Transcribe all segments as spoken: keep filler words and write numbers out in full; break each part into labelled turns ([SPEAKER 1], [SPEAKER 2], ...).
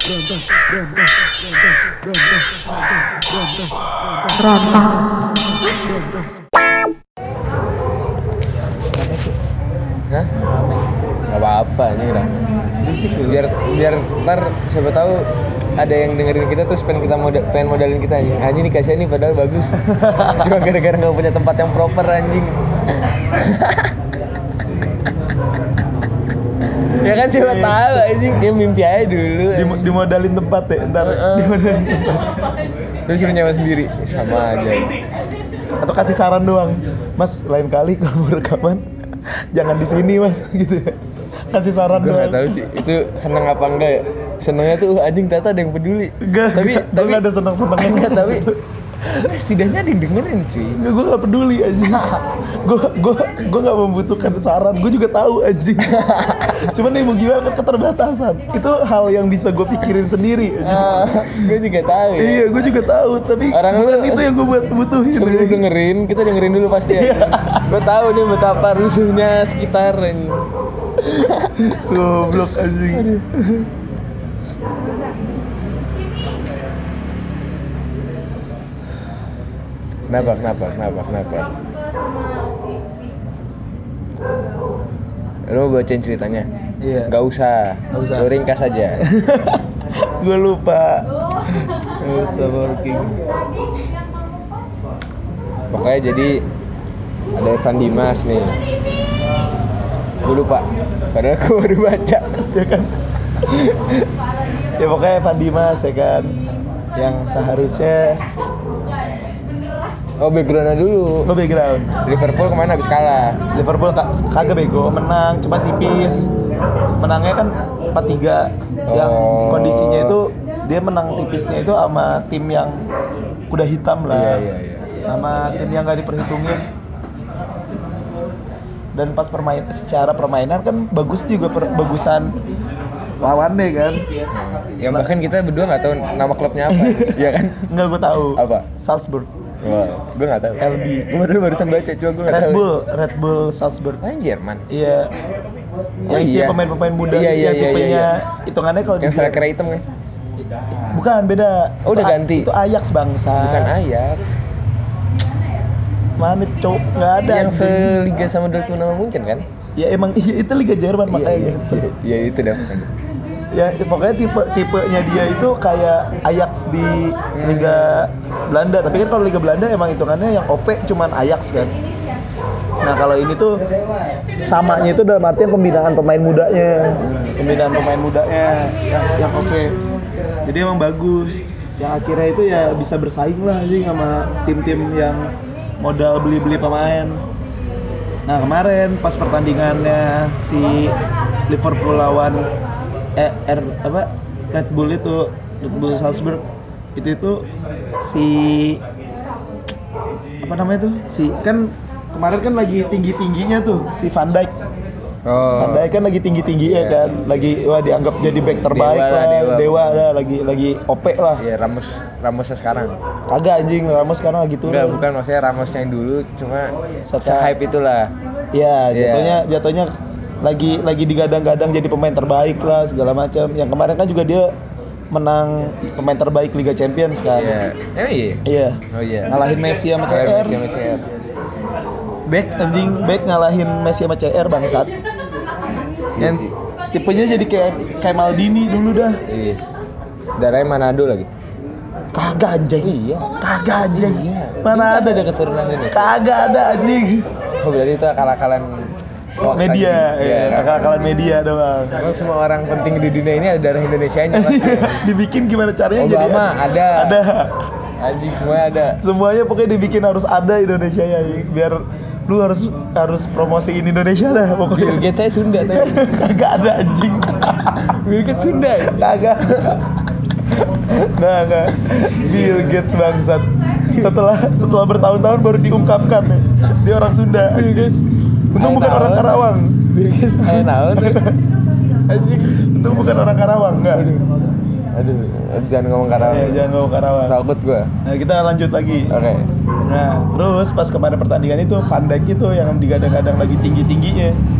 [SPEAKER 1] Hah? Gak apa-apa ini kan. Biar biar ntar siapa tahu ada yang dengerin kita terus pengen kita moda, pengen modalin kita anjing. Anjing nih Kasya nih padahal bagus. Cuma gara-gara enggak punya tempat yang proper anjing. Ya kan siapa tahu anjing, dia mimpi aja dulu.
[SPEAKER 2] Dim, dimodalin tempat ya, ntar uh-uh. dimodalin tempat.
[SPEAKER 1] Terus suruh nyawa sendiri, sama aja.
[SPEAKER 2] Atau kasih saran doang, Mas lain kali kalau rekaman jangan di sini Mas gitu ya. Kasih saran
[SPEAKER 1] Gue
[SPEAKER 2] doang.
[SPEAKER 1] Gak tahu sih, itu seneng apa enggak ya? Senengnya tuh uh, anjing ternyata ada yang peduli.
[SPEAKER 2] Enggak,
[SPEAKER 1] tapi
[SPEAKER 2] enggak,
[SPEAKER 1] tapi
[SPEAKER 2] enggak ada seneng-senengnya.
[SPEAKER 1] Enggak, tapi setidaknya ada yang dengerin cuy.
[SPEAKER 2] Enggak, gue gak peduli anjing. Gue gue gue gak membutuhkan saran. Gue juga tahu anjing. Cuman nih mau gimana kan keterbatasan. Itu hal yang bisa gue pikirin sendiri anjing.
[SPEAKER 1] Uh, gue juga tahu ya.
[SPEAKER 2] Iya, gue juga tahu. Tapi
[SPEAKER 1] orang lu
[SPEAKER 2] itu yang gue buat butuhin.
[SPEAKER 1] Sebelum dengerin, kita dengerin dulu pasti ya. Gue tahu nih betapa rusuhnya sekitar ini.
[SPEAKER 2] Goblok anjing.
[SPEAKER 1] Kenapa, kenapa, kenapa, kenapa? Lo bacain ceritanya?
[SPEAKER 2] Iya.
[SPEAKER 1] Gak usah,
[SPEAKER 2] Gak usah.
[SPEAKER 1] lo ringkas aja.
[SPEAKER 2] Gue lupa. Gak usah working.
[SPEAKER 1] Pokoknya jadi ada Evan Dimas nih. Gue lupa, padahal gue baru baca.
[SPEAKER 2] Ya kan? Ya pokoknya Evan Dimas ya kan, yang seharusnya.
[SPEAKER 1] Oh backgroundnya dulu.
[SPEAKER 2] Oh background.
[SPEAKER 1] Liverpool kemana habis kalah?
[SPEAKER 2] Liverpool k- kagak bego, menang cuma tipis. Menangnya kan empat tiga. Yang
[SPEAKER 1] Oh.
[SPEAKER 2] kondisinya itu dia menang tipisnya itu sama tim yang kuda hitam lah.
[SPEAKER 1] Iya iya iya.
[SPEAKER 2] Sama tim yang gak diperhitungin. Dan pas permain secara permainan kan bagus juga per- bagusan lawannya kan.
[SPEAKER 1] Yang bahkan kita berdua nggak tahu nama klubnya apa, ya kan?
[SPEAKER 2] Nggak, gue tahu.
[SPEAKER 1] Apa?
[SPEAKER 2] Salzburg.
[SPEAKER 1] Wah, gue nggak tahu.
[SPEAKER 2] L B.
[SPEAKER 1] Gue baru barusan baca, cuma gue nggak
[SPEAKER 2] Red
[SPEAKER 1] tahu.
[SPEAKER 2] Bull, Red Bull Salzburg.
[SPEAKER 1] Ah, Jerman.
[SPEAKER 2] Iya.
[SPEAKER 1] Oh,
[SPEAKER 2] Yang isinya
[SPEAKER 1] iya.
[SPEAKER 2] pemain-pemain muda,
[SPEAKER 1] Iya, iya,
[SPEAKER 2] yang
[SPEAKER 1] iya,
[SPEAKER 2] tipenya
[SPEAKER 1] iya,
[SPEAKER 2] hitungannya kalau
[SPEAKER 1] Yang
[SPEAKER 2] dibilang-
[SPEAKER 1] striker hitam kan?
[SPEAKER 2] Bukan, beda.
[SPEAKER 1] Oh, udah
[SPEAKER 2] Itu A-
[SPEAKER 1] ganti.
[SPEAKER 2] Itu Ajax bangsa.
[SPEAKER 1] Bukan Ajax.
[SPEAKER 2] Mana cowok nggak ada.
[SPEAKER 1] Yang
[SPEAKER 2] anjing.
[SPEAKER 1] seliga sama Dortmund sama Munchen kan?
[SPEAKER 2] Ya emang iya, itu Liga Jerman makanya
[SPEAKER 1] iya,
[SPEAKER 2] gitu.
[SPEAKER 1] iya, iya itu dah.
[SPEAKER 2] Ya pokoknya tipe tipenya dia itu kayak Ajax di Liga Belanda. Tapi kan kalau Liga Belanda emang hitungannya yang O P cuman Ajax kan. Nah kalau ini tuh samanya itu dalam artian pembinaan pemain mudanya, pembinaan pemain mudanya yang yang O P. Jadi emang bagus. Yang akhirnya itu ya bisa bersaing lah sih sama tim-tim yang modal beli-beli pemain. Nah kemarin pas pertandingannya si Liverpool lawan eh, R apa Red Bull itu Red Bull Salzburg itu itu si apa namanya tuh si kan kemarin kan lagi tinggi tingginya tuh si Van Dijk.
[SPEAKER 1] Oh.
[SPEAKER 2] Van Dijk kan lagi tinggi tingginya
[SPEAKER 1] Iya.
[SPEAKER 2] kan, lagi wah dianggap jadi back terbaik
[SPEAKER 1] Dewa lah,
[SPEAKER 2] lah,
[SPEAKER 1] dewa.
[SPEAKER 2] dewa lah, lagi lagi O P lah.
[SPEAKER 1] Iya Ramos, Ramosnya sekarang.
[SPEAKER 2] Kagak anjing, Ramos sekarang lagi turun.
[SPEAKER 1] Enggak, bukan maksudnya Ramos yang dulu, cuma
[SPEAKER 2] Setelah-
[SPEAKER 1] se-hype itulah.
[SPEAKER 2] Iya,
[SPEAKER 1] Iya.
[SPEAKER 2] jatuhnya jatuhnya lagi lagi digadang-gadang jadi pemain terbaik lah segala macam. Yang kemarin kan juga dia menang pemain terbaik Liga Champions kan.
[SPEAKER 1] Iya. Emang iya?
[SPEAKER 2] Iya.
[SPEAKER 1] Oh iya.
[SPEAKER 2] Ngalahin Messi sama C
[SPEAKER 1] Ngalahin
[SPEAKER 2] R.
[SPEAKER 1] Messi sama C R.
[SPEAKER 2] Back anjing, back ngalahin Messi sama C R bangsat.
[SPEAKER 1] Iya
[SPEAKER 2] Yang
[SPEAKER 1] sih.
[SPEAKER 2] tipenya jadi kayak kayak Maldini dulu dah.
[SPEAKER 1] Iya. Darahnya Manado lagi.
[SPEAKER 2] Kagak anjing.
[SPEAKER 1] Iya.
[SPEAKER 2] Kagak anjing.
[SPEAKER 1] Iya.
[SPEAKER 2] Mana ada?
[SPEAKER 1] ada keturunan ini.
[SPEAKER 2] Kagak ada anjing.
[SPEAKER 1] Oh berarti itu akal-akalan hoax
[SPEAKER 2] Media,
[SPEAKER 1] lagi.
[SPEAKER 2] ya,
[SPEAKER 1] Iya.
[SPEAKER 2] akal-akalan media doang.
[SPEAKER 1] Emang semua orang penting di dunia ini ada darah Indonesianya pasti.
[SPEAKER 2] Dibikin gimana caranya jadi
[SPEAKER 1] Obama ada.
[SPEAKER 2] Ada.
[SPEAKER 1] Anjing semuanya ada.
[SPEAKER 2] Semuanya pokoknya dibikin harus ada Indonesia ya, biar lu harus harus promosiin Indonesia dah
[SPEAKER 1] Bill
[SPEAKER 2] pokoknya.
[SPEAKER 1] Gates saya Sunda tuh.
[SPEAKER 2] Kagak ada anjing.
[SPEAKER 1] Bill Gates Sunda. ya?
[SPEAKER 2] Kagak. Nah, enggak. Bill Gates bangsat. Setelah setelah bertahun-tahun baru diungkapkan ya. Dia orang Sunda.
[SPEAKER 1] Bill Gates.
[SPEAKER 2] Untung bukan orang Karawang.
[SPEAKER 1] Bill Gates ayo naon tuh. Anjing.
[SPEAKER 2] Untung bukan orang Karawang, enggak.
[SPEAKER 1] Aduh, jangan ngomong Karawang.
[SPEAKER 2] Ya, jangan ngomong Karawang.
[SPEAKER 1] Takut gua.
[SPEAKER 2] Nah, kita lanjut lagi.
[SPEAKER 1] Oke.
[SPEAKER 2] Nah, terus pas kemarin pertandingan itu Van Dijk itu yang digadang-gadang lagi tinggi-tingginya.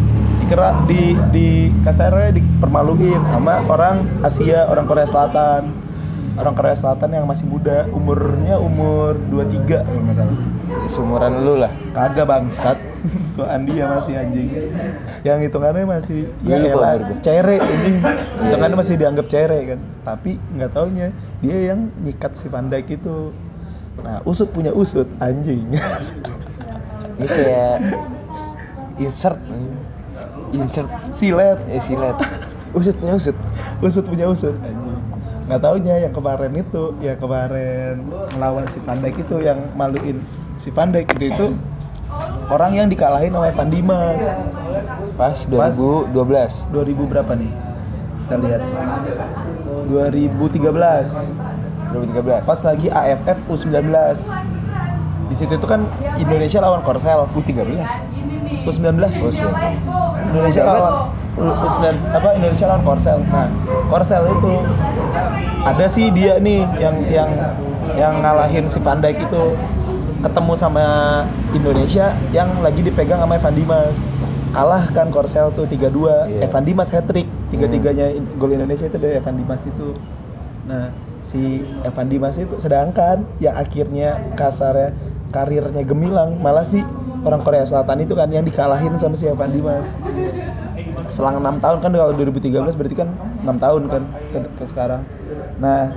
[SPEAKER 2] dikera di di kasarnya dipermaluin sama orang Asia, orang Korea Selatan. Orang Korea Selatan yang masih muda, umurnya umur dua puluh tiga kalau nggak salah.
[SPEAKER 1] Seumuran lu lah.
[SPEAKER 2] Kagak bangsat. Tuh Andi ya masih anjing. Yang hitungannya masih ya
[SPEAKER 1] Gue lupa
[SPEAKER 2] elah,
[SPEAKER 1] umur gua.
[SPEAKER 2] cere anjing. Hitungannya masih dianggap cere kan. Tapi nggak taunya dia yang nyikat si Van Dijk itu. Nah, usut punya usut anjing.
[SPEAKER 1] Ini kayak insert insert
[SPEAKER 2] Silet.
[SPEAKER 1] eh silet. Usutnya usut.
[SPEAKER 2] Usut punya usut anjing. Nggak taunya yang kemarin itu, yang kemarin melawan si Van Dijk itu yang maluin si Van Dijk itu, itu orang yang dikalahin oleh Evan Dimas.
[SPEAKER 1] Pas dua ribu dua belas.
[SPEAKER 2] dua ribu berapa nih? Kita lihat. dua ribu tiga belas.
[SPEAKER 1] dua ribu tiga belas.
[SPEAKER 2] Pas lagi A F F U sembilan belas. Di situ itu kan Indonesia lawan Korsel.
[SPEAKER 1] U tiga belas.
[SPEAKER 2] U sembilan belas.
[SPEAKER 1] Oh, siap.
[SPEAKER 2] Indonesia lawan U sembilan apa Indonesia lawan Korsel. Nah, Korsel itu ada sih dia nih yang yang yang ngalahin si Van Dijk itu ketemu sama Indonesia yang lagi dipegang sama Evan Dimas. Kalah kan Korsel tuh tiga dua.
[SPEAKER 1] Yeah.
[SPEAKER 2] Evan Dimas hat-trick. Tiga-tiganya gol Indonesia itu dari Evan Dimas itu. Nah, si Evan Dimas itu sedangkan yang akhirnya kasarnya karirnya gemilang malah si orang Korea Selatan itu kan yang dikalahin sama si Evan Dimas. Selang enam tahun kan kalau dua ribu tiga belas berarti kan enam tahun kan ke, ke sekarang. Nah,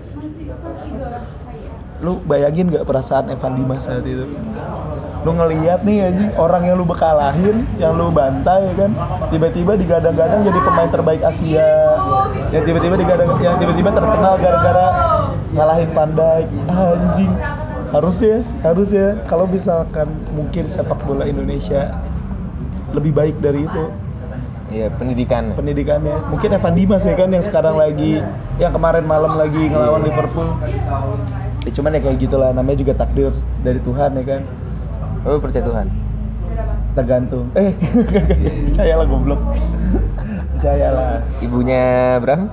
[SPEAKER 2] lu bayangin gak perasaan Evan Dimas saat itu? Lu ngelihat nih anjing orang yang lu bekalahin, yang lu bantai kan, tiba-tiba digadang-gadang jadi pemain terbaik Asia. Yang tiba-tiba digadang yang tiba-tiba terkenal gara-gara ngalahin Van Dijk. Anjing. Harusnya, harusnya kalau misalkan mungkin sepak bola Indonesia lebih baik dari itu.
[SPEAKER 1] Iya, pendidikan.
[SPEAKER 2] Pendidikannya mungkin Evan Dimas ya kan yang sekarang lagi yang kemarin malam lagi ngelawan Liverpool ya, cuman ya kayak gitulah, namanya juga takdir dari Tuhan ya kan.
[SPEAKER 1] Lu percaya Tuhan?
[SPEAKER 2] Tergantung eh percayalah goblok. Percayalah.
[SPEAKER 1] Ibunya Bram?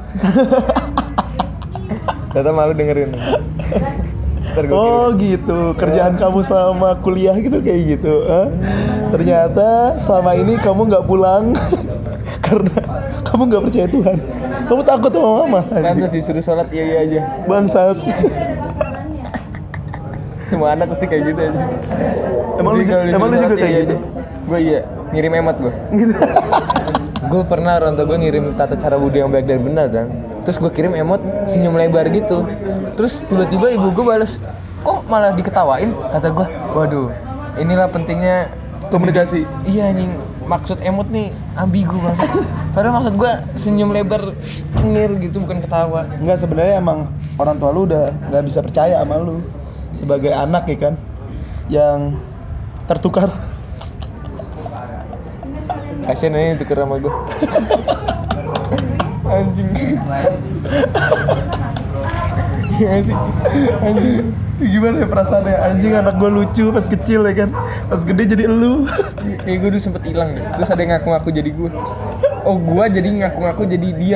[SPEAKER 1] Tata malu dengerin. Ntar gua
[SPEAKER 2] Oh
[SPEAKER 1] kirim.
[SPEAKER 2] gitu, kerjaan kamu selama kuliah gitu kayak gitu. Huh? Ternyata selama ini kamu nggak pulang karena kamu nggak percaya Tuhan. Kamu takut sama mama.
[SPEAKER 1] Kan terus disuruh sholat iya iya aja.
[SPEAKER 2] Bangsat.
[SPEAKER 1] Semua anak pasti kayak gitu aja.
[SPEAKER 2] Emang lu,
[SPEAKER 1] Jadi kalau
[SPEAKER 2] emang lu
[SPEAKER 1] disuruh
[SPEAKER 2] juga
[SPEAKER 1] sholat,
[SPEAKER 2] kayak
[SPEAKER 1] iya
[SPEAKER 2] gitu?
[SPEAKER 1] aja. Gue iya, ngirim emat gue.
[SPEAKER 2] Gitu.
[SPEAKER 1] Gue pernah orang tua gue ngirim tata cara budi yang baik dan benar dan terus gue kirim emot senyum lebar gitu. Terus tiba-tiba ibu gue balas, kok malah diketawain? Kata gue, waduh, inilah pentingnya
[SPEAKER 2] Komunikasi.
[SPEAKER 1] Iya anjing, maksud emot nih ambigu banget. Padahal maksud gue senyum lebar cengir gitu, bukan ketawa.
[SPEAKER 2] Enggak, sebenarnya emang orang tua lu udah nggak bisa percaya sama lu sebagai anak ya kan, yang tertukar.
[SPEAKER 1] Kasian aja tuker sama gue. Anjing. Iya sih. Anjing.
[SPEAKER 2] Itu gimana ya perasaannya? Anjing, anak gue lucu pas kecil ya kan, pas gede jadi elu.
[SPEAKER 1] Kayak gue dulu sempet hilang deh. Terus ada yang ngaku-ngaku jadi gue. Oh, gue jadi ngaku-ngaku jadi dia.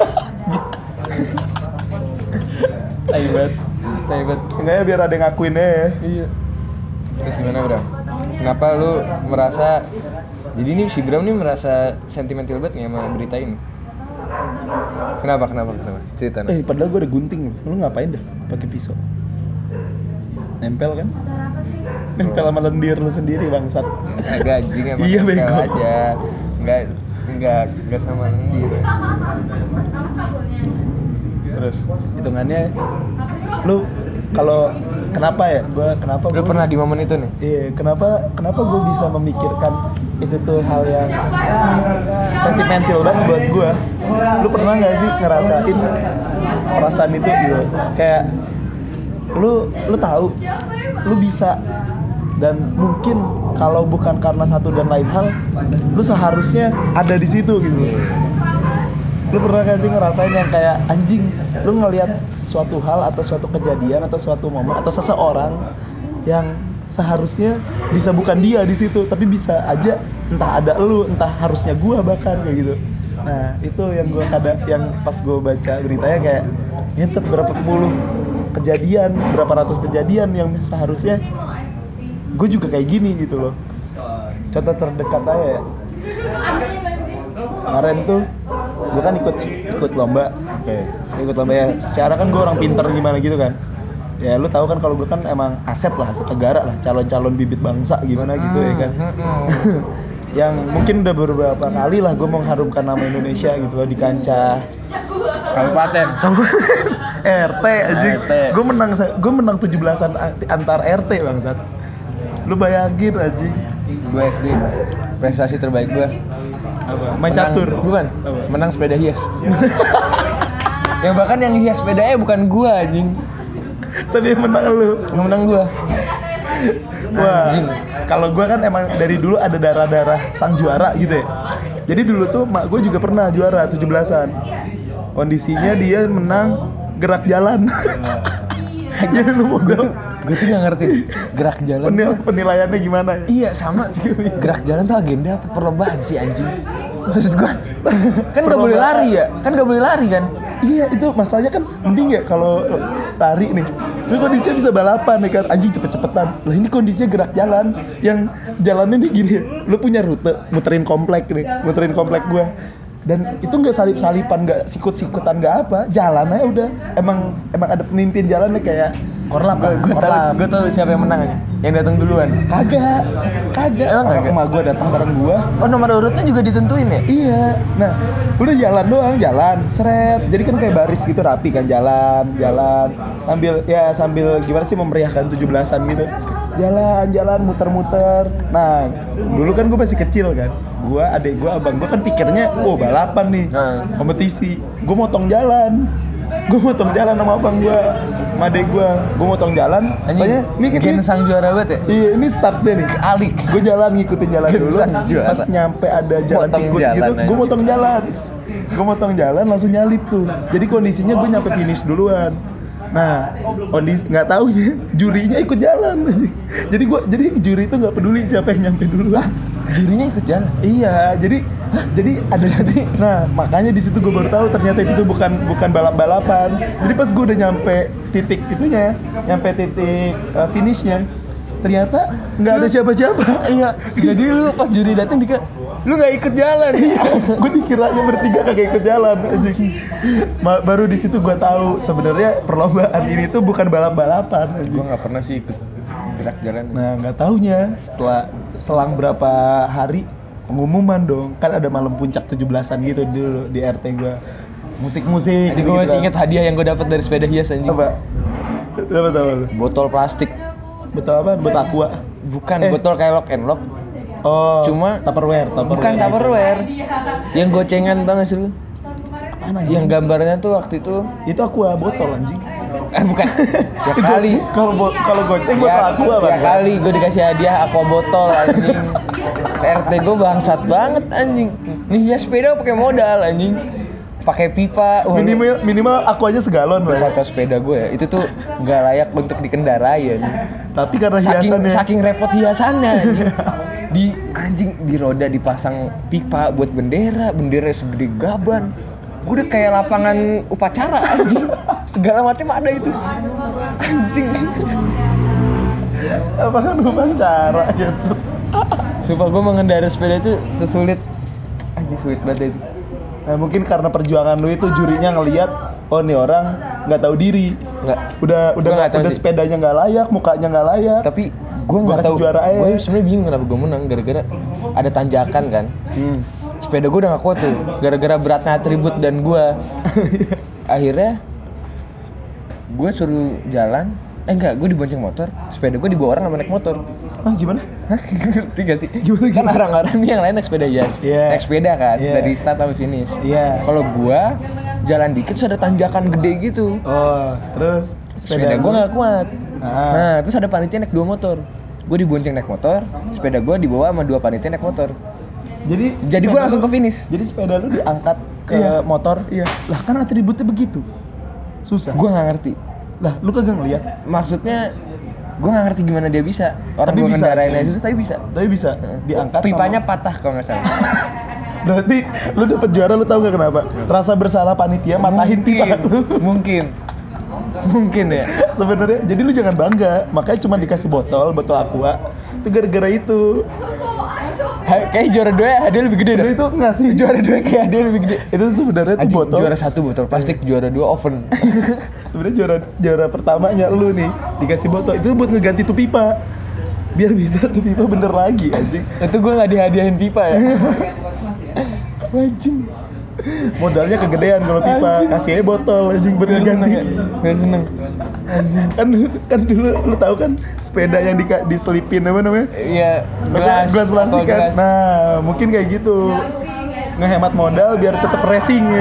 [SPEAKER 1] Tai banget. Tai banget.
[SPEAKER 2] Seenggaknya biar ada yang ngakuinnya ya.
[SPEAKER 1] Iya. Terus gimana, Bram? Kenapa lu merasa jadi ini si Bram nih merasa sentimental banget nih sama berita ini? Kenapa? Kenapa? Kenapa? Cerita
[SPEAKER 2] Eh, padahal gue udah gunting. Lu ngapain dah pakai pisau? Nempel kan? Nempel sama lendir lu sendiri bangsat.
[SPEAKER 1] Agak anjing emang
[SPEAKER 2] Iya,
[SPEAKER 1] nempel
[SPEAKER 2] bego.
[SPEAKER 1] aja. Enggak enggak enggak sama lendir. Terus
[SPEAKER 2] Hitungannya lu kalau kenapa ya? Gua kenapa
[SPEAKER 1] lu
[SPEAKER 2] gua
[SPEAKER 1] pernah di momen itu nih?
[SPEAKER 2] Iya, kenapa kenapa gue bisa memikirkan itu tuh hal yang sentimental banget buat gue. Lu pernah nggak sih ngerasain perasaan itu gitu? Kayak lu lu tahu lu bisa, dan mungkin kalau bukan karena satu dan lain hal, lu seharusnya ada di situ gitu. Lu pernah gak sih ngerasain yang kayak anjing, lu ngelihat suatu hal atau suatu kejadian atau suatu momen atau seseorang yang seharusnya bisa bukan dia di situ, tapi bisa aja entah ada lu, entah harusnya gua bahkan kayak gitu. Nah, itu yang gua kada yang pas gua baca beritanya kayak nyentet berapa puluh kejadian, berapa ratus kejadian yang seharusnya gue juga kayak gini gitu loh. Contoh terdekat aja ya. Kemarin tuh gue kan ikut ikut lomba.
[SPEAKER 1] Oke.
[SPEAKER 2] Ikut lomba ya. Secara kan gue orang pinter gimana gitu kan. Ya lu tahu kan kalau gue kan emang aset lah, aset negara lah, calon-calon bibit bangsa gimana gitu ya kan. Yang mungkin udah beberapa kali lah gue mengharumkan nama Indonesia gitu loh di kancah
[SPEAKER 1] Kabupaten.
[SPEAKER 2] R T aja.
[SPEAKER 1] R T.
[SPEAKER 2] Gue menang gue menang tujuh belasan antar R T bangsat. Lu bayangin aja.
[SPEAKER 1] Gue S D prestasi terbaik gue
[SPEAKER 2] Apa? Main
[SPEAKER 1] menang,
[SPEAKER 2] catur.
[SPEAKER 1] bukan
[SPEAKER 2] Apa?
[SPEAKER 1] menang sepeda hias. Yang bahkan yang hias sepedanya bukan gue anjing,
[SPEAKER 2] Tapi yang menang lu.
[SPEAKER 1] yang menang gue.
[SPEAKER 2] Wah,
[SPEAKER 1] Anjing.
[SPEAKER 2] kalau gue kan emang dari dulu ada darah-darah sang juara gitu ya. Jadi dulu tuh mak gue juga pernah juara tujuh belasan. Kondisinya dia menang gerak jalan. Jadi lu mau
[SPEAKER 1] Gue tuh gue tuh nggak ngerti gerak jalan.
[SPEAKER 2] penil
[SPEAKER 1] tuh-
[SPEAKER 2] penilaiannya gimana ya?
[SPEAKER 1] Iya sama. Gerak jalan tuh agenda apa perlombaan sih anjing? Maksud gue kan nggak boleh lari ya? Kan nggak boleh lari kan?
[SPEAKER 2] Iya itu masalahnya kan mending ya kalau lari nih. Terus kondisinya bisa balapan nih kan anjing cepet-cepetan. Lah ini kondisinya gerak jalan yang jalannya nih gini. Lu punya rute muterin komplek nih, muterin komplek gua. Dan itu nggak salip-salipan, nggak sikut-sikutan, nggak apa. Jalannya udah emang emang ada pemimpin jalannya kayak korlap.
[SPEAKER 1] Gue tahu gue tahu siapa yang menang aja. Yang datang duluan.
[SPEAKER 2] Kagak, kagak.
[SPEAKER 1] Emang
[SPEAKER 2] Orang
[SPEAKER 1] kagak?
[SPEAKER 2] emak gua datang bareng gua.
[SPEAKER 1] Oh nomor urutnya juga ditentuin ya?
[SPEAKER 2] Iya, nah udah jalan doang, jalan, seret. Jadi kan kayak baris gitu rapi kan, jalan, jalan sambil ya sambil gimana sih memeriahkan tujuh belasan gitu. Jalan, jalan, muter-muter. Nah, dulu kan gue masih kecil kan. Gua, adek gua, abang gua kan pikirnya, oh balapan nih,
[SPEAKER 1] Nah.
[SPEAKER 2] kompetisi. Gue motong jalan. Gue motong jalan sama abang gua, sama adek gua. Gue motong jalan. Soalnya ini
[SPEAKER 1] gen
[SPEAKER 2] ini
[SPEAKER 1] sang juara banget ya?
[SPEAKER 2] iya, ini startnya nih.
[SPEAKER 1] Alik.
[SPEAKER 2] Gue jalan ngikutin jalan
[SPEAKER 1] Gen
[SPEAKER 2] dulu.
[SPEAKER 1] sang juara.
[SPEAKER 2] Pas nyampe ada jalan
[SPEAKER 1] Motong
[SPEAKER 2] tikus
[SPEAKER 1] jalan
[SPEAKER 2] gitu,
[SPEAKER 1] aja.
[SPEAKER 2] gue motong jalan. Gue motong jalan langsung nyalip tuh. Jadi kondisinya gue nyampe finish duluan. Nah, kondisi nggak tahu ya, jurinya ikut jalan. Jadi gue, jadi juri itu nggak peduli siapa yang nyampe duluan.
[SPEAKER 1] Jurinya ikut jalan.
[SPEAKER 2] Iya, jadi jadi ada jadi. Nah, makanya di situ gue baru tahu ternyata itu bukan bukan balap-balapan. Jadi pas gue udah nyampe titik itunya, nyampe titik uh, finishnya, ternyata nggak ada siapa-siapa.
[SPEAKER 1] Iya. Jadi lu pas juri datang dikira lu nggak ikut jalan.
[SPEAKER 2] Gue dikiranya bertiga kagak ikut jalan anjing. Ma- baru di situ gue tahu sebenarnya perlombaan ini tuh bukan balap-balapan
[SPEAKER 1] Gue
[SPEAKER 2] anjing.
[SPEAKER 1] nggak pernah sih ikut gerak jalan.
[SPEAKER 2] Nah, nggak taunya setelah selang berapa hari pengumuman dong. Kan ada malam puncak tujuh belasan gitu dulu di R T gue. Musik-musik
[SPEAKER 1] Jadi gue masih inget hadiah yang gue dapat dari sepeda hias anjing.
[SPEAKER 2] apa? Dapat apa lu?
[SPEAKER 1] Botol plastik.
[SPEAKER 2] Betul apa? Buat aqua.
[SPEAKER 1] Bukan
[SPEAKER 2] Eh.
[SPEAKER 1] botol kayak lock and lock.
[SPEAKER 2] Oh,
[SPEAKER 1] Cuma-
[SPEAKER 2] Tupperware, Tupperware.
[SPEAKER 1] Bukan Tupperware. Yang gocengan tau gak sih lu?
[SPEAKER 2] Apaan anjing?
[SPEAKER 1] Yang gambarnya tuh waktu itu
[SPEAKER 2] Itu aqua botol anjing.
[SPEAKER 1] eh bukan. Ya kali.
[SPEAKER 2] Kalau bo- kalau goceng botol
[SPEAKER 1] Ya,
[SPEAKER 2] aqua
[SPEAKER 1] ya
[SPEAKER 2] Bang.
[SPEAKER 1] kali gue dikasih hadiah aqua botol anjing. R T gue bangsat banget anjing. Nih ya sepeda pakai modal anjing. Pakai pipa. Wah,
[SPEAKER 2] Minimal minimal aku aja segalon
[SPEAKER 1] lu-
[SPEAKER 2] lah.
[SPEAKER 1] foto sepeda gue ya. Itu tuh nggak layak untuk dikendarai anjing.
[SPEAKER 2] Tapi karena
[SPEAKER 1] Saking
[SPEAKER 2] hiasannya.
[SPEAKER 1] saking repot hiasannya anjing. Di anjing di roda dipasang pipa buat bendera, bendera segede gaban. Gue udah kayak lapangan upacara anjing. Segala macam ada itu. Anjing.
[SPEAKER 2] Apa kan upacara gitu.
[SPEAKER 1] Sumpah gue mengendarai sepeda itu sesulit anjing sulit banget itu.
[SPEAKER 2] Nah, mungkin karena perjuangan lu itu jurinya ngelihat oh nih orang nggak tahu diri.
[SPEAKER 1] Enggak.
[SPEAKER 2] Udah udah
[SPEAKER 1] Gua nggak tahu
[SPEAKER 2] udah
[SPEAKER 1] sih.
[SPEAKER 2] sepedanya nggak layak, mukanya nggak layak.
[SPEAKER 1] Tapi gue
[SPEAKER 2] Gua
[SPEAKER 1] nggak
[SPEAKER 2] kasih
[SPEAKER 1] tahu.
[SPEAKER 2] juara aja.
[SPEAKER 1] Gue sebenarnya bingung kenapa gue menang gara-gara ada tanjakan kan.
[SPEAKER 2] Hmm.
[SPEAKER 1] Sepeda gue udah gak kuat tuh gara-gara beratnya atribut dan gue. Akhirnya gue suruh jalan. Eh enggak, gue dibonceng motor. Sepeda gue dibawa orang sama naik motor.
[SPEAKER 2] Ah gimana?
[SPEAKER 1] Hah? Ngerti gak sih?
[SPEAKER 2] Gimana,
[SPEAKER 1] Kan
[SPEAKER 2] gimana?
[SPEAKER 1] orang-orang nih yang lain naik sepeda hias.
[SPEAKER 2] Iya.
[SPEAKER 1] Naik sepeda kan
[SPEAKER 2] Iya.
[SPEAKER 1] dari start sampai finish.
[SPEAKER 2] Iya.
[SPEAKER 1] Kalau gua jalan dikit terus ada tanjakan gede gitu.
[SPEAKER 2] Oh, terus
[SPEAKER 1] Sepeda gua nggak kuat.
[SPEAKER 2] Ah.
[SPEAKER 1] Nah, terus ada panitia naik dua motor. Gue dibonceng naik motor, sepeda gua dibawa sama dua panitia naik motor.
[SPEAKER 2] Jadi
[SPEAKER 1] Jadi
[SPEAKER 2] sepeda
[SPEAKER 1] gua langsung
[SPEAKER 2] lu-
[SPEAKER 1] ke finish.
[SPEAKER 2] Jadi sepeda lu diangkat ke
[SPEAKER 1] Iya.
[SPEAKER 2] motor.
[SPEAKER 1] Iya.
[SPEAKER 2] Lah kan atributnya begitu. Susah.
[SPEAKER 1] Gua nggak ngerti.
[SPEAKER 2] Lah, lu kagak ngeliat?
[SPEAKER 1] Maksudnya gua nggak ngerti gimana dia bisa. Orang
[SPEAKER 2] Tapi
[SPEAKER 1] gua
[SPEAKER 2] bisa.
[SPEAKER 1] ngendarain aja susah, tapi bisa.
[SPEAKER 2] Tapi bisa diangkat
[SPEAKER 1] Pipanya
[SPEAKER 2] sama...
[SPEAKER 1] patah kalau nggak salah.
[SPEAKER 2] Berarti lu dapet juara, lu tahu nggak kenapa? Rasa bersalah panitia matahin
[SPEAKER 1] Mungkin.
[SPEAKER 2] pipa lu.
[SPEAKER 1] Mungkin. Mungkin ya.
[SPEAKER 2] Sebenarnya jadi lu jangan bangga, makanya cuma dikasih botol, botol aqua. Itu gara-gara itu.
[SPEAKER 1] Kayak juara dua hadiah lebih gede
[SPEAKER 2] Sebenarnya
[SPEAKER 1] dah.
[SPEAKER 2] itu ngasih
[SPEAKER 1] Juara dua kayak hadiah lebih gede.
[SPEAKER 2] itu sebenarnya tuh
[SPEAKER 1] Anjing,
[SPEAKER 2] botol.
[SPEAKER 1] juara satu botol plastik, juara dua oven.
[SPEAKER 2] Sebenarnya juara juara pertamanya lu nih dikasih botol itu buat ngeganti tuh pipa. Biar bisa tuh pipa bener lagi anjing.
[SPEAKER 1] Itu gue nggak dihadiahin pipa ya.
[SPEAKER 2] Anjing. Modalnya kegedean kalau pipa,
[SPEAKER 1] Anjing.
[SPEAKER 2] kasih aja botol anjing buat ngeganti.
[SPEAKER 1] Gak seneng. Anjing.
[SPEAKER 2] Kan kan dulu lu tahu kan sepeda yang di diselipin apa namanya?
[SPEAKER 1] Iya,
[SPEAKER 2] Gelas,
[SPEAKER 1] gelas,
[SPEAKER 2] gelas plastik
[SPEAKER 1] atau
[SPEAKER 2] kan.
[SPEAKER 1] gelas.
[SPEAKER 2] Nah, mungkin kayak gitu. Ngehemat modal biar tetap racing ya.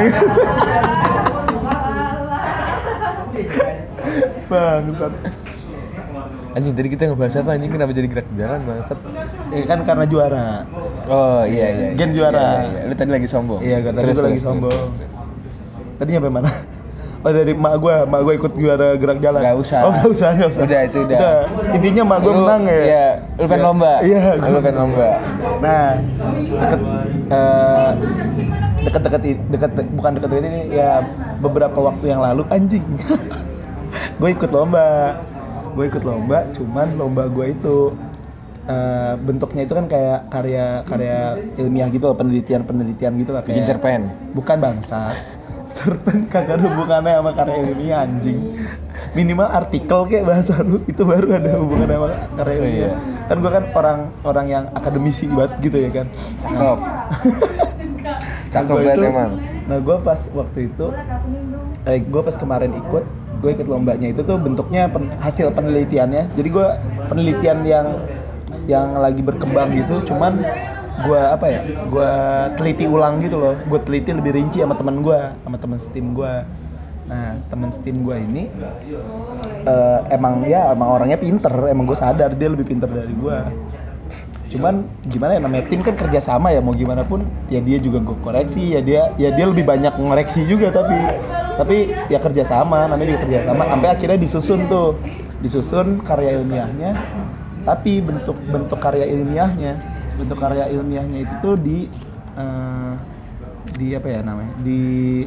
[SPEAKER 2] Bangsat.
[SPEAKER 1] Anjing tadi kita ngebahas apa anjing, kenapa jadi gerak jalan bangsat?
[SPEAKER 2] Ya kan karena juara.
[SPEAKER 1] Oh iya iya.
[SPEAKER 2] Gen
[SPEAKER 1] iya,
[SPEAKER 2] juara.
[SPEAKER 1] Iya, iya. Lu tadi lagi sombong.
[SPEAKER 2] Iya, kan tadi
[SPEAKER 1] Terus,
[SPEAKER 2] gua lagi
[SPEAKER 1] terus,
[SPEAKER 2] sombong.
[SPEAKER 1] terus, terus.
[SPEAKER 2] Tadi nyampe mana? Oh dari mak gua, mak gua ikut juara gerak jalan.
[SPEAKER 1] Nggak usah.
[SPEAKER 2] Oh nggak usah, nggak usah.
[SPEAKER 1] Udah, itu udah.
[SPEAKER 2] Intinya mak gua
[SPEAKER 1] Lu-
[SPEAKER 2] menang ya.
[SPEAKER 1] Iya, lu pengen
[SPEAKER 2] Iya.
[SPEAKER 1] lomba.
[SPEAKER 2] Iya, gua
[SPEAKER 1] Lu pengen lomba.
[SPEAKER 2] Nah, deket eh, deket-deket i- deket bukan deket-deket ini ya beberapa waktu yang lalu anjing. Gue ikut lomba. Gue ikut lomba, cuman lomba gue itu eh, bentuknya itu kan kayak karya-karya ilmiah gitu loh, penelitian-penelitian gitu lah
[SPEAKER 1] Bikin
[SPEAKER 2] kayak.
[SPEAKER 1] cerpen.
[SPEAKER 2] Bukan bangsa. Cerpen kagak ada hubungannya sama karya ilmiah anjing. Minimal artikel kayak bahasa lu itu baru ada hubungannya sama karya
[SPEAKER 1] Oh,
[SPEAKER 2] ilmiah.
[SPEAKER 1] iya.
[SPEAKER 2] Kan gua kan orang orang yang akademisi banget gitu ya kan.
[SPEAKER 1] Cakep. Cakep
[SPEAKER 2] Gua
[SPEAKER 1] banget
[SPEAKER 2] itu-
[SPEAKER 1] emang.
[SPEAKER 2] Nah, gua pas waktu itu eh gua pas kemarin ikut, gue ikut lombanya itu tuh bentuknya pen- hasil penelitiannya. Jadi gue penelitian yang yang lagi berkembang gitu, cuman gue apa ya, gue teliti ulang gitu loh. Gue teliti lebih rinci sama teman gue, sama teman setim gue. Nah, teman setim gue ini eh, emang ya emang orangnya pinter, emang gue sadar dia lebih pinter dari gue. Cuman gimana ya, namanya tim kan kerja sama ya, mau gimana pun ya dia juga gue koreksi, ya dia ya dia lebih banyak ngoreksi juga, tapi tapi ya kerja sama, namanya juga kerja sama, sampai akhirnya disusun tuh disusun karya ilmiahnya. Tapi bentuk bentuk karya ilmiahnya bentuk karya ilmiahnya itu tuh di eh, di apa ya namanya di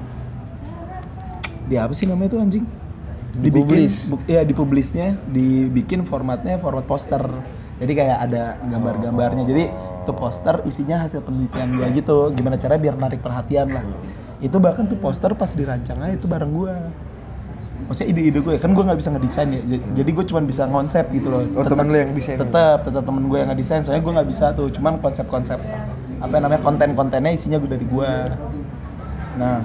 [SPEAKER 2] di apa sih namanya tuh anjing dibikin
[SPEAKER 1] Dipublish.
[SPEAKER 2] bu- ya dipublisnya dibikin formatnya format poster. Jadi kayak ada gambar-gambarnya. Jadi itu poster isinya hasil penelitian dia gitu. Gimana caranya biar menarik perhatian lah. Itu bahkan tuh poster pas dirancangnya itu bareng gua. Maksudnya ide-ide gue kan gue nggak bisa ngedesain ya. J- Jadi gue cuma bisa konsep gitu loh.
[SPEAKER 1] Oh, temen lu yang desain?
[SPEAKER 2] Tetap, tetap temen gue yang ngedesain. Soalnya gue nggak bisa tuh. Cuman konsep-konsep apa namanya konten-kontennya isinya gue dari gua. Nah,